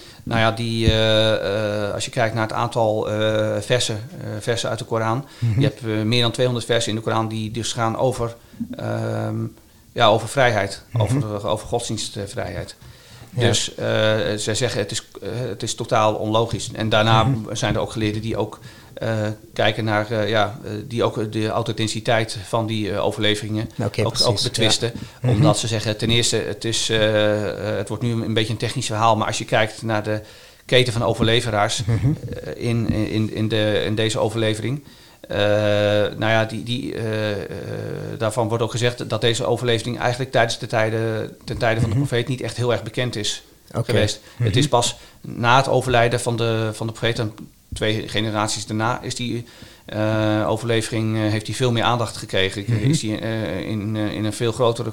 als je kijkt naar het aantal versen uit de Koran, je hebt meer dan 200 versen in de Koran die dus gaan over vrijheid, over godsdienstvrijheid. Ja. Dus zij zeggen het is totaal onlogisch. En daarna zijn er ook geleerden die ook kijken naar die ook de authenticiteit van die overleveringen ook betwisten. Ja. Omdat ze zeggen, ten eerste, het wordt nu een beetje een technisch verhaal, maar als je kijkt naar de keten van overleveraars in deze overlevering, daarvan wordt ook gezegd dat deze overlevering eigenlijk ten tijde van de profeet niet echt heel erg bekend is geweest. Het is pas na het overlijden van de profeet, en 2 generaties daarna, is die overlevering heeft die veel meer aandacht gekregen. Is die in een veel grotere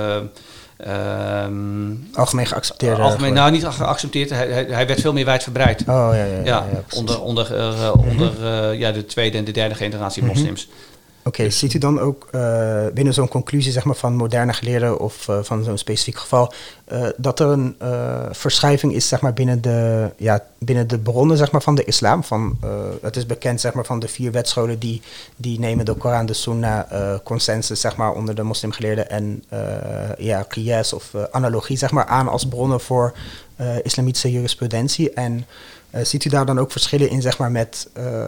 algemeen geaccepteerde.
Nou, niet geaccepteerd. Hij werd veel meer wijdverbreid. Onder de 2e en de 3e generatie moslims.
Oké, ziet u dan ook binnen zo'n conclusie, zeg maar, van moderne geleerden of van zo'n specifiek geval, dat er een verschuiving is, zeg maar, binnen de bronnen, zeg maar, van de islam? Het is bekend, zeg maar, van de 4 wetscholen die nemen de Koran, de Sunna, consensus, zeg maar, onder de moslimgeleerden en qiyas of analogie, zeg maar, aan als bronnen voor islamitische jurisprudentie. En ziet u daar dan ook verschillen in, zeg maar, met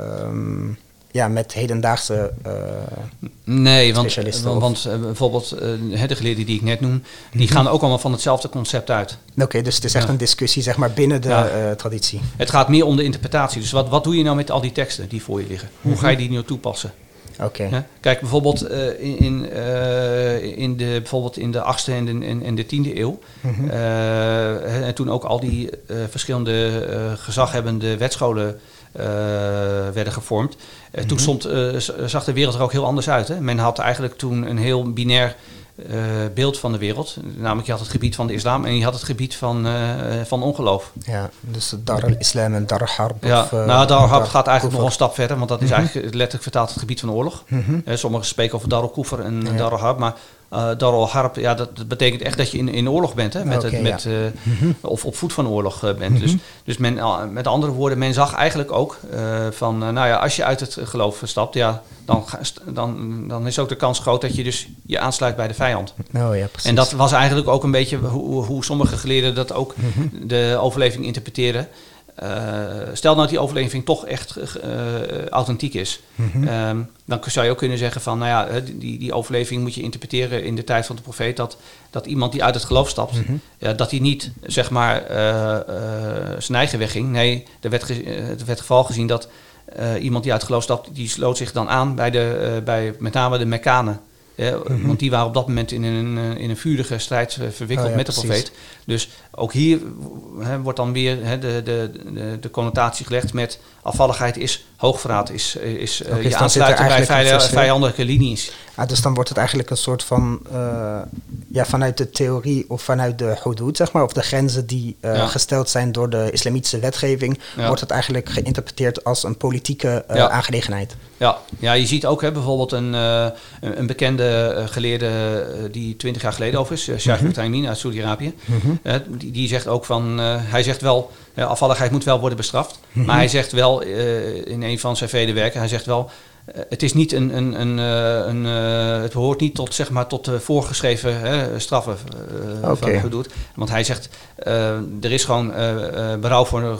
hedendaagse
nee, want bijvoorbeeld de geleerden die ik net noem, die gaan ook allemaal van hetzelfde concept uit.
Oké, dus het is echt een discussie, zeg maar, binnen de traditie.
Het gaat meer om de interpretatie. Dus wat doe je nou met al die teksten die voor je liggen? Hoe ga je die nu toepassen?
Okay.
Kijk, bijvoorbeeld in de 8e en de 10e eeuw. En toen ook al die verschillende gezaghebbende wetscholen werden gevormd. Toen zag de wereld er ook heel anders uit. Hè? Men had eigenlijk toen een heel binair beeld van de wereld. Namelijk, je had het gebied van de islam en je had het gebied van ongeloof.
Ja, dus Dar al-Islam en Dar al-Harb.
Ja, Dar al-Harb gaat eigenlijk nog een stap verder, want dat is eigenlijk letterlijk vertaald het gebied van oorlog. Sommigen spreken over Dar al-Kufr en Dar al-Harb, maar Dar al-Harb, dat betekent echt dat je in oorlog bent, hè? Of op voet van oorlog bent. Dus men, met andere woorden, men zag eigenlijk ook als je uit het geloof stapt, dan is ook de kans groot dat je dus je aansluit bij de vijand. En dat was eigenlijk ook een beetje hoe sommige geleerden dat ook de overlevering interpreteren. Stel nou dat die overlevering toch echt authentiek is. Dan zou je ook kunnen zeggen van, die overlevering moet je interpreteren in de tijd van de profeet, dat iemand die uit het geloof stapt, dat hij niet, zeg maar, zijn eigen weg ging. Nee, er werd geval gezien dat iemand die uit het geloof stapt, die sloot zich dan aan bij met name de Mekkanen. Want die waren op dat moment in een vurige strijd verwikkeld met de profeet. Dus ook hier wordt dan weer de connotatie gelegd met afvalligheid is hoogverraad, is je aansluiten bij vijandelijke linies.
Dus dan wordt het eigenlijk een soort van, vanuit de theorie of vanuit de hudud, zeg maar, of de grenzen die gesteld zijn door de islamitische wetgeving, wordt het eigenlijk geïnterpreteerd als een politieke aangelegenheid. Ja, je ziet ook bijvoorbeeld een bekende geleerde die 20 jaar geleden over is, Sheikh Uthaymeen uit Saudi-Arabië. Die zegt ook van, hij zegt wel, afvalligheid moet wel worden bestraft, maar hij zegt wel in een van zijn vele werken, hij zegt wel, het is niet het behoort niet tot, zeg maar, tot de voorgeschreven straffen van hudud. Want hij zegt, er is gewoon berouw voor,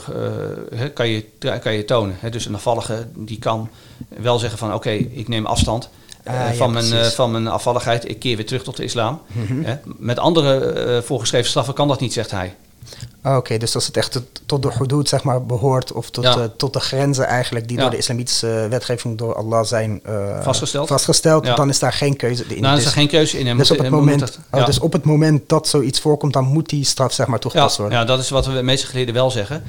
kan je tonen. Dus een afvallige die kan wel zeggen van, oké, ik neem afstand van mijn afvalligheid, ik keer weer terug tot de islam. Met andere voorgeschreven straffen kan dat niet, zegt hij. Oké, dus als het echt tot de hudud, zeg maar, behoort, of tot de grenzen eigenlijk die door de islamitische wetgeving door Allah zijn vastgesteld, dan is daar geen keuze in.
Nou, is er geen keuze in.
Dus op het moment dat zoiets voorkomt, dan moet die straf, zeg maar, toegepast worden.
Ja, dat is wat de meeste geleerden wel zeggen.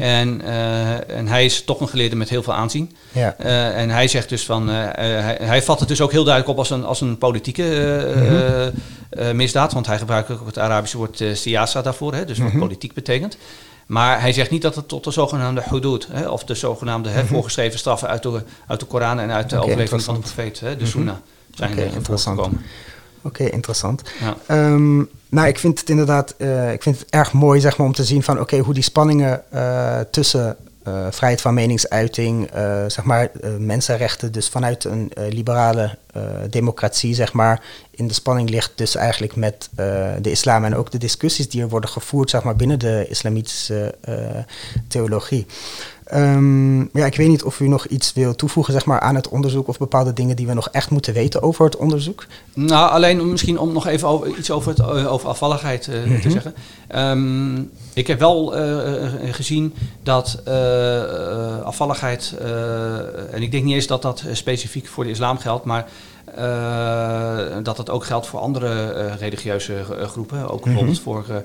En hij is toch een geleerde met heel veel aanzien. En hij zegt dus van, hij vat het dus ook heel duidelijk op als een politieke misdaad, want hij gebruikt ook het Arabische woord siyasa daarvoor, dus wat politiek betekent. Maar hij zegt niet dat het tot de zogenaamde hudud, of de zogenaamde voorgeschreven straffen uit de Koran en uit de overlevering van de profeet, de Sunnah, zijn voorgekomen.
Oké, interessant. Ja. Ik vind het inderdaad erg mooi, zeg maar, om te zien van hoe die spanningen tussen vrijheid van meningsuiting, zeg maar, mensenrechten, dus vanuit een liberale democratie, zeg maar, in de spanning ligt dus eigenlijk met de islam en ook de discussies die er worden gevoerd, zeg maar, binnen de islamitische theologie. Ik weet niet of u nog iets wil toevoegen zeg maar, aan het onderzoek of bepaalde dingen die we nog echt moeten weten over het onderzoek.
Nou, alleen misschien om nog even iets over afvalligheid te zeggen. Ik heb wel gezien dat afvalligheid, en ik denk niet eens dat dat specifiek voor de islam geldt, maar dat het ook geldt voor andere religieuze groepen. Ook bijvoorbeeld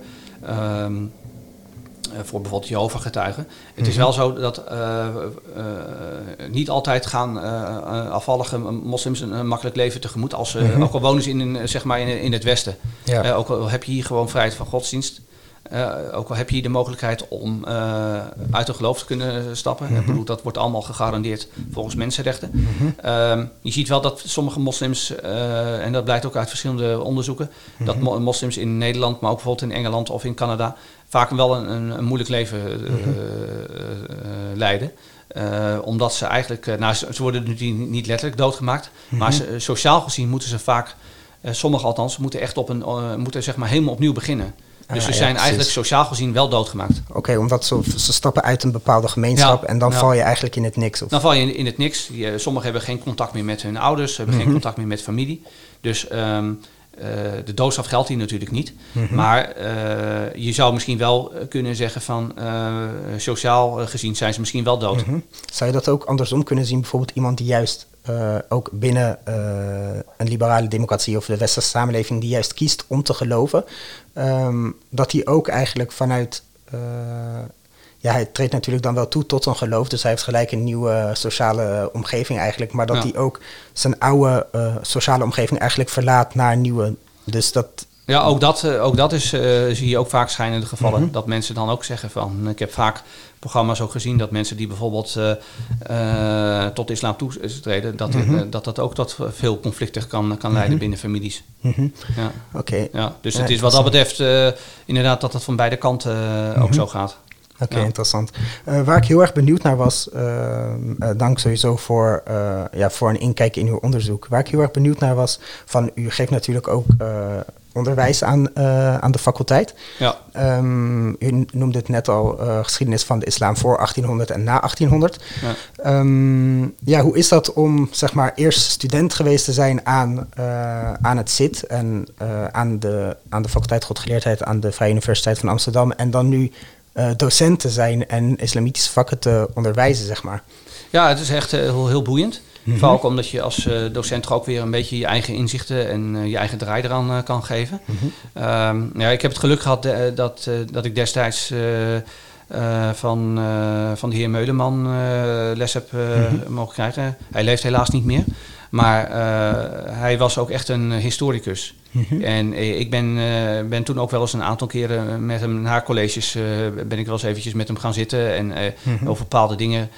voor bijvoorbeeld Jehovah-getuigen. Het is wel zo dat niet altijd gaan afvallige moslims een makkelijk leven tegemoet. Ook al wonen ze in het Westen. Ja. Ook al heb je hier gewoon vrijheid van godsdienst. Ook al heb je hier de mogelijkheid om uit een geloof te kunnen stappen. Ik bedoel, dat wordt allemaal gegarandeerd volgens mensenrechten. Je ziet wel dat sommige moslims, en dat blijkt ook uit verschillende onderzoeken, dat moslims in Nederland, maar ook bijvoorbeeld in Engeland of in Canada, vaak wel een moeilijk leven leiden. Omdat ze eigenlijk, ze worden natuurlijk niet letterlijk doodgemaakt, maar sociaal gezien moeten ze vaak, sommigen althans, moeten echt moeten zeg maar helemaal opnieuw beginnen. Dus ze zijn eigenlijk sociaal gezien wel doodgemaakt.
Oké, omdat ze stappen uit een bepaalde gemeenschap en dan val je eigenlijk in het niks. Of?
Dan val je in het niks. Sommigen hebben geen contact meer met hun ouders, hebben geen contact meer met familie. Dus de doodstraf geldt hier natuurlijk niet. Maar je zou misschien wel kunnen zeggen van sociaal gezien zijn ze misschien wel dood.
Zou je dat ook andersom kunnen zien? Bijvoorbeeld iemand die juist ook binnen een liberale democratie of de westerse samenleving die juist kiest om te geloven, dat hij ook eigenlijk vanuit, hij treedt natuurlijk dan wel toe tot een geloof, dus hij heeft gelijk een nieuwe sociale omgeving eigenlijk, maar dat hij ook zijn oude sociale omgeving eigenlijk verlaat naar een nieuwe, dus dat...
Ja, ook dat is, zie je ook vaak schijnende gevallen. Dat mensen dan ook zeggen van, ik heb vaak programma's ook gezien dat mensen die bijvoorbeeld tot de islam toetreden, dat ook tot veel conflicten kan leiden binnen families. Ja.
Okay.
Ja, dus het is wat dat betreft inderdaad dat het van beide kanten ook zo gaat.
Oké, interessant. Waar ik heel erg benieuwd naar was, dank sowieso voor een inkijk in uw onderzoek. Waar ik heel erg benieuwd naar was, van u geeft natuurlijk ook onderwijs aan de faculteit. Ja. U noemde het net al, geschiedenis van de islam voor 1800 en na 1800. Ja. Hoe is dat om, zeg maar, eerst student geweest te zijn aan het SIT en aan de faculteit Godgeleerdheid aan de Vrije Universiteit van Amsterdam en dan nu docent te zijn en islamitische vakken te onderwijzen, zeg maar? Ja,
het is echt heel boeiend. Vooral ook omdat je als docent toch ook weer een beetje je eigen inzichten en je eigen draai eraan kan geven. Ik heb het geluk gehad dat ik destijds van de heer Meuleman les heb mogen krijgen. Hij leeft helaas niet meer. Maar hij was ook echt een historicus. En ik ben toen ook wel eens een aantal keren met hem naar colleges ben ik wel eens eventjes met hem gaan zitten. En over bepaalde dingen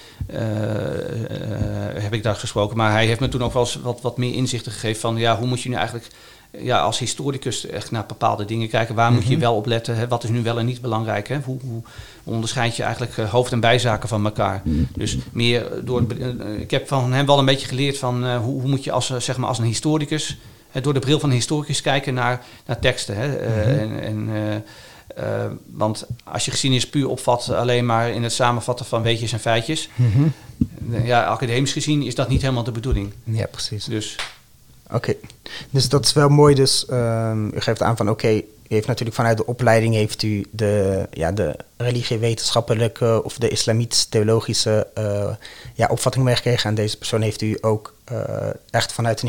heb ik daar gesproken. Maar hij heeft me toen ook wel eens wat meer inzichten gegeven van hoe moet je nu eigenlijk als historicus echt naar bepaalde dingen kijken. Waar moet je wel op letten? Hè? Wat is nu wel en niet belangrijk? Hè? Hoe onderscheid je eigenlijk hoofd- en bijzaken van elkaar? Dus meer ik heb van hem wel een beetje geleerd van hoe moet je als een historicus door de bril van een historicus kijken naar teksten. Hè? Want als je geschiedenis puur opvat alleen maar in het samenvatten van weetjes en feitjes, academisch gezien is dat niet helemaal de bedoeling.
Ja, precies.
Dus
Oké, dus dat is wel mooi. Dus u geeft aan van u heeft natuurlijk vanuit de opleiding heeft u de religiewetenschappelijke of de islamitisch-theologische opvatting meegekregen. En deze persoon heeft u ook echt vanuit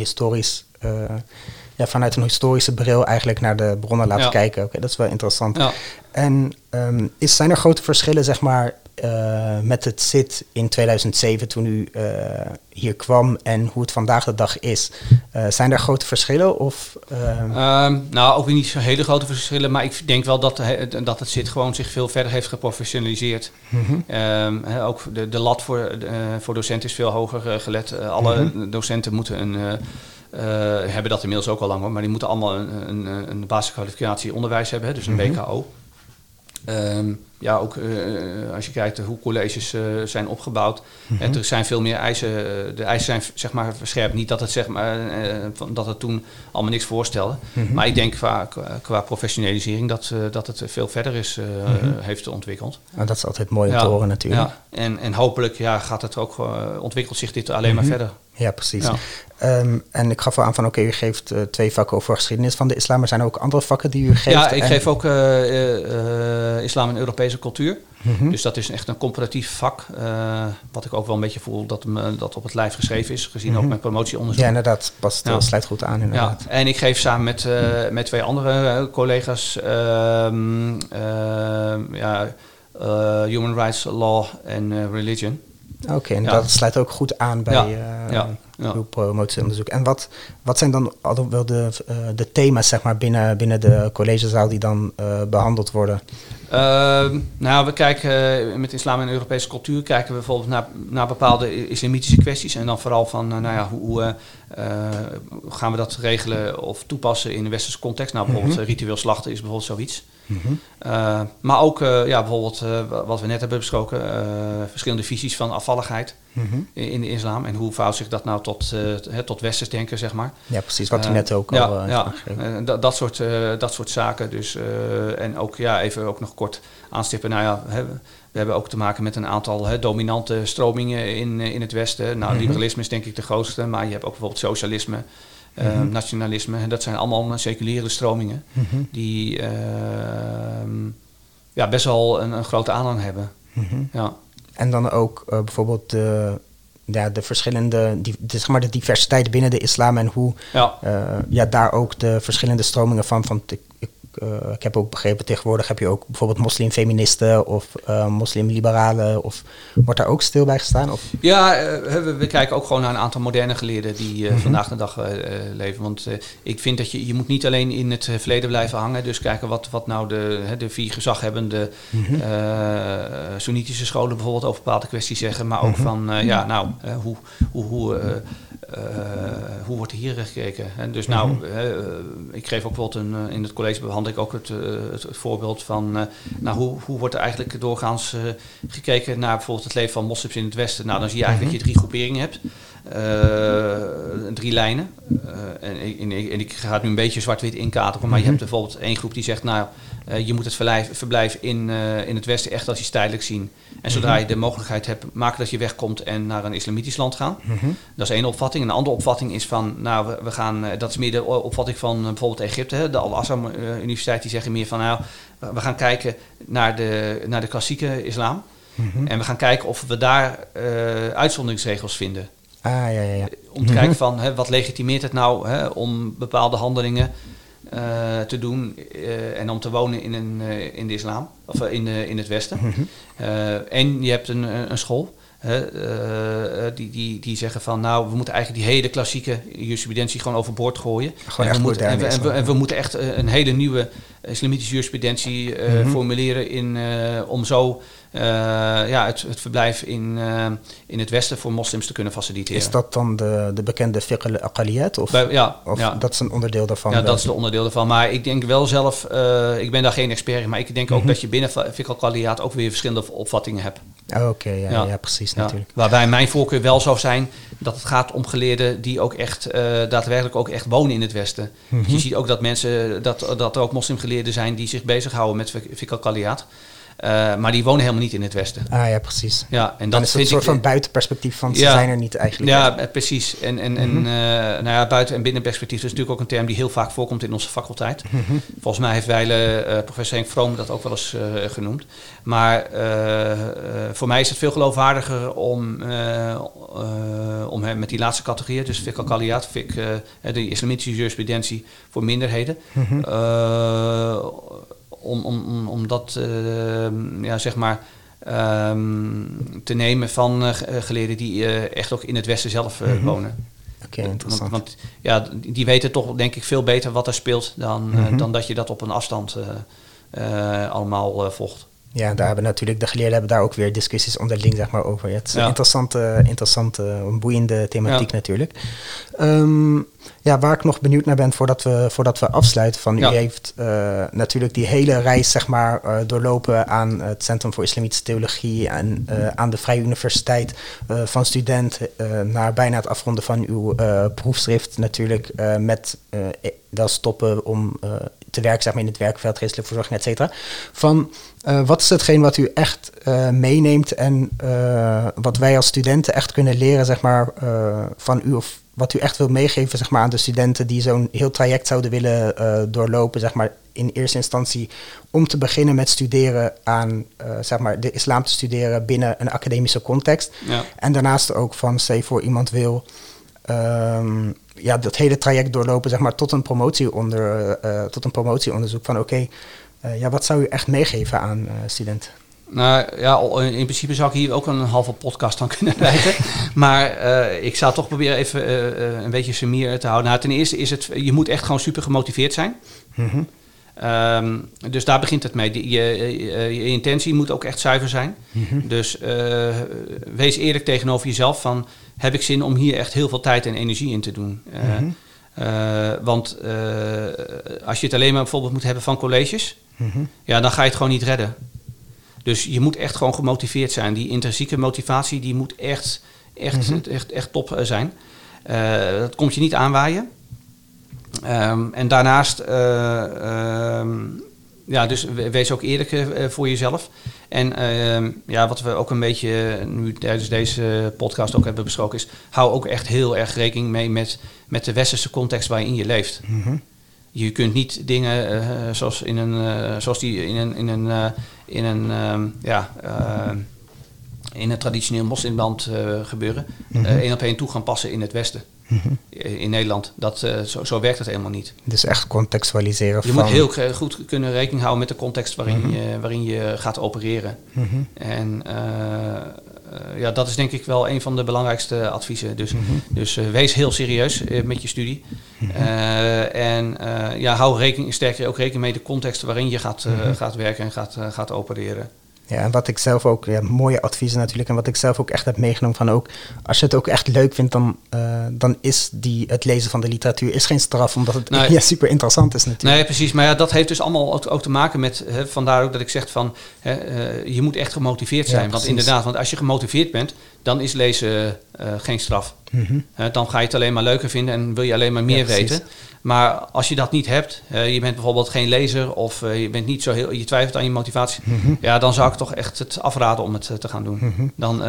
een historische bril eigenlijk naar de bronnen laten kijken. Oké, dat is wel interessant. Ja. En zijn er grote verschillen, zeg maar, met het SIT in 2007 toen u hier kwam en hoe het vandaag de dag is? Zijn er grote verschillen? Of,
ook niet zo hele grote verschillen, maar ik denk wel dat het SIT gewoon zich veel verder heeft geprofessionaliseerd. Ook de lat voor docenten is veel hoger gelet. Alle docenten moeten hebben dat inmiddels ook al lang hoor, maar die moeten allemaal een basiskwalificatie onderwijs hebben, dus een BKO. ook als je kijkt hoe colleges zijn opgebouwd. En er zijn veel meer eisen. De eisen zijn zeg maar verscherpt. Niet dat het, zeg maar, dat het toen allemaal niks voorstelde. Maar ik denk qua professionalisering dat het veel verder heeft ontwikkeld.
Oh, dat is altijd mooi om te horen natuurlijk.
Ja. En hopelijk gaat het ook, ontwikkelt zich dit alleen maar verder.
Ja, precies. Ja. En ik gaf al aan van u geeft 2 vakken over geschiedenis van de islam. Maar zijn er ook andere vakken die u geeft?
Ja, ik geef ook islam en Europese cultuur. Dus dat is echt een comparatief vak. Wat ik ook wel een beetje voel dat op het lijf geschreven is. Gezien ook mijn promotieonderzoek.
Ja, inderdaad. Sluit goed aan inderdaad.
Ja. En ik geef samen met 2 andere collega's Human Rights Law en Religion.
Oké, en dat sluit ook goed aan bij uw promotieonderzoek. En wat zijn dan wel de thema's zeg maar, binnen de collegezaal die dan behandeld worden?
We kijken met islam en Europese cultuur kijken we bijvoorbeeld naar bepaalde islamitische kwesties. En dan vooral van hoe gaan we dat regelen of toepassen in een westerse context. Nou, bijvoorbeeld ritueel slachten is bijvoorbeeld zoiets. Maar ook bijvoorbeeld wat we net hebben besproken, verschillende visies van afvalligheid in de islam. En hoe vouwt zich dat nou tot westers denken, zeg maar.
Ja, precies, wat u net ook al aangegeven.
Dat soort zaken. Dus, en ook even ook nog kort aanstippen. We hebben ook te maken met een aantal dominante stromingen in het Westen. Nou, liberalisme is denk ik de grootste, maar je hebt ook bijvoorbeeld socialisme. Nationalisme, en dat zijn allemaal seculiere stromingen die best wel een grote aanhang hebben. Ja.
En dan ook bijvoorbeeld de verschillende, zeg maar de diversiteit binnen de islam en hoe daar ook de verschillende stromingen van ik heb ook begrepen, tegenwoordig heb je ook bijvoorbeeld moslimfeministen of moslimliberalen. Of wordt daar ook stil bij gestaan? Of?
Ja, we kijken ook gewoon naar een aantal moderne geleerden die vandaag de dag leven. Want ik vind dat je moet niet alleen in het verleden blijven hangen. Dus kijken wat nou de 4 gezaghebbende Soenitische scholen bijvoorbeeld over bepaalde kwesties zeggen. Maar ook van, hoe wordt hier gekeken? En dus ik geef ook bijvoorbeeld in het college behandel ik ook het voorbeeld van hoe wordt er eigenlijk doorgaans gekeken naar bijvoorbeeld het leven van moslims in het Westen. Nou, dan zie je eigenlijk dat je 3 groeperingen hebt. 3 lijnen. En ik ga het nu een beetje zwart-wit inkaderen, maar je hebt bijvoorbeeld 1 groep die zegt, je moet het verblijf in het Westen echt als iets tijdelijk zien. En zodra je de mogelijkheid hebt, maken dat je wegkomt en naar een islamitisch land gaan. Dat is 1 opvatting. En een andere opvatting is van, we gaan, dat is meer de opvatting van bijvoorbeeld Egypte. De Al-Azhar Universiteit, die zeggen meer van, we gaan kijken naar de klassieke islam. En we gaan kijken of we daar uitzonderingsregels vinden. Om te kijken van, wat legitimeert het nou om bepaalde handelingen te doen en om te wonen in de islam of in het Westen. En je hebt een school die zeggen van, we moeten eigenlijk die hele klassieke jurisprudentie gewoon overboord gooien. En we moeten echt een hele nieuwe islamitische jurisprudentie formuleren om zo het verblijf in het Westen voor moslims te kunnen faciliteren.
Is dat dan de bekende fiqh al-aqaliyat? Of dat is een onderdeel daarvan?
Ja, dat is een onderdeel daarvan. Maar ik denk wel zelf, ik ben daar geen expert in, maar ik denk ook dat je binnen fiqh al-aqaliyat ook weer verschillende opvattingen hebt.
Oké, precies natuurlijk.
Waarbij mijn voorkeur wel zou zijn dat het gaat om geleerden die ook echt daadwerkelijk ook echt wonen in het Westen. Je ziet ook dat mensen, dat er ook moslimgeleerden zijn die zich bezighouden met fiqh al-aqaliyat. Maar die wonen helemaal niet in het Westen.
Ja, precies.
Ja, en
dan is het een soort van buitenperspectief van ze zijn er niet eigenlijk.
Ja, precies. En buiten- en binnenperspectief is natuurlijk ook een term die heel vaak voorkomt in onze faculteit. Volgens mij heeft professor Henk Vroom dat ook wel eens genoemd. Maar voor mij is het veel geloofwaardiger om met die laatste categorieën, dus fiqh al-aqaliyat, de islamitische jurisprudentie voor minderheden, om dat te nemen van geleerden die echt ook in het Westen zelf wonen.
Oké, interessant.
Want die weten toch denk ik veel beter wat er speelt dan dat je dat op een afstand allemaal volgt.
Ja, daar hebben natuurlijk de geleerden hebben daar ook weer discussies onderling zeg maar over. Het is een interessante, boeiende thematiek natuurlijk. Waar ik nog benieuwd naar ben voordat we afsluiten. Van u heeft natuurlijk die hele reis zeg maar doorlopen aan het Centrum voor Islamitische Theologie en aan de Vrije Universiteit van student naar bijna het afronden van uw proefschrift natuurlijk met wel stoppen om te werken zeg maar, in het werkveld, geestelijke verzorging, et cetera. Van wat is hetgeen wat u echt meeneemt en wat wij als studenten echt kunnen leren zeg maar, van u of wat u echt wil meegeven zeg maar, aan de studenten die zo'n heel traject zouden willen doorlopen, zeg maar, in eerste instantie om te beginnen met studeren aan zeg maar, de islam te studeren binnen een academische context. Ja. En daarnaast ook van, stel voor iemand wil dat hele traject doorlopen zeg maar, tot een promotieonderzoek van wat zou u echt meegeven aan studenten?
Nou ja, in principe zou ik hier ook een halve podcast aan kunnen wijden. Maar ik zou toch proberen even een beetje sumier te houden. Nou, ten eerste is het, je moet echt gewoon super gemotiveerd zijn. Mm-hmm. Dus daar begint het mee. Je intentie moet ook echt zuiver zijn. Mm-hmm. Dus wees eerlijk tegenover jezelf van, heb ik zin om hier echt heel veel tijd en energie in te doen? Mm-hmm. Want als je het alleen maar bijvoorbeeld moet hebben van colleges, mm-hmm. Dan ga je het gewoon niet redden. Dus je moet echt gewoon gemotiveerd zijn. Die intrinsieke motivatie die moet echt top zijn. Dat komt je niet aanwaaien. En daarnaast, dus wees ook eerlijk voor jezelf. En wat we ook een beetje nu tijdens deze podcast ook hebben besproken is, hou ook echt heel erg rekening mee met de westerse context waarin je leeft. Mm-hmm. Je kunt niet dingen zoals in een traditioneel moslimland gebeuren, mm-hmm. 1 op 1 toe gaan passen in het Westen. Mm-hmm. In Nederland. Zo werkt het helemaal niet.
Dus echt contextualiseren.
Je moet heel goed kunnen rekening houden met de context waarin je gaat opereren. Mm-hmm. En dat is denk ik wel een van de belangrijkste adviezen. Dus, mm-hmm. dus wees heel serieus met je studie. Mm-hmm. Hou sterker ook rekening mee de context waarin je gaat werken en gaat opereren.
Ja, en wat ik zelf ook, mooie adviezen natuurlijk, en wat ik zelf ook echt heb meegenomen van ook, als je het ook echt leuk vindt, dan is het lezen van de literatuur is geen straf, omdat het super interessant is natuurlijk.
Nee, precies, maar dat heeft dus allemaal ook te maken met, vandaar ook dat ik zeg van, je moet echt gemotiveerd zijn. Want inderdaad, want als je gemotiveerd bent, dan is lezen geen straf. Mm-hmm. Dan ga je het alleen maar leuker vinden en wil je alleen maar meer weten. Maar als je dat niet hebt, je bent bijvoorbeeld geen lezer of je bent niet zo je twijfelt aan je motivatie, mm-hmm. Dan zou ik toch echt het afraden om het te gaan doen. Mm-hmm. Dan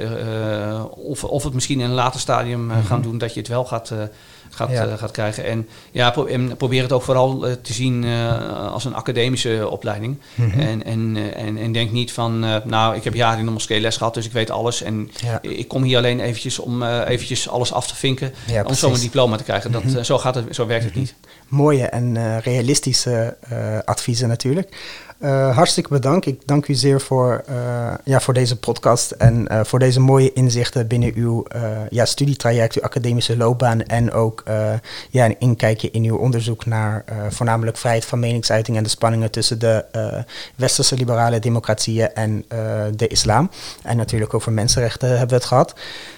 of het misschien in een later stadium mm-hmm. gaan doen dat je het wel gaat krijgen. En probeer het ook vooral te zien als een academische opleiding. Mm-hmm. En denk niet van, ik heb jaren in de moskee les gehad, dus ik weet alles. En ik kom hier alleen eventjes om eventjes alles af te vinken. Ja, om zo mijn diploma te krijgen. Mm-hmm. Zo werkt het niet.
Mooie en realistische adviezen natuurlijk. Hartstikke bedankt. Ik dank u zeer voor deze podcast en voor deze mooie inzichten binnen uw studietraject, uw academische loopbaan en ook een inkijkje in uw onderzoek naar voornamelijk vrijheid van meningsuiting en de spanningen tussen de westerse liberale democratieën en de islam. En natuurlijk over mensenrechten hebben we het gehad.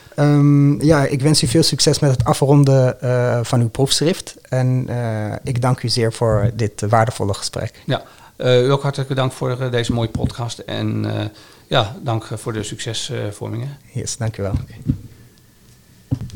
Ik wens u veel succes met het afronden van uw proefschrift en ik dank u zeer voor dit waardevolle gesprek.
Ja. U ook hartelijk bedankt voor deze mooie podcast en dank voor de succesvormingen.
Yes, dank u wel. Okay.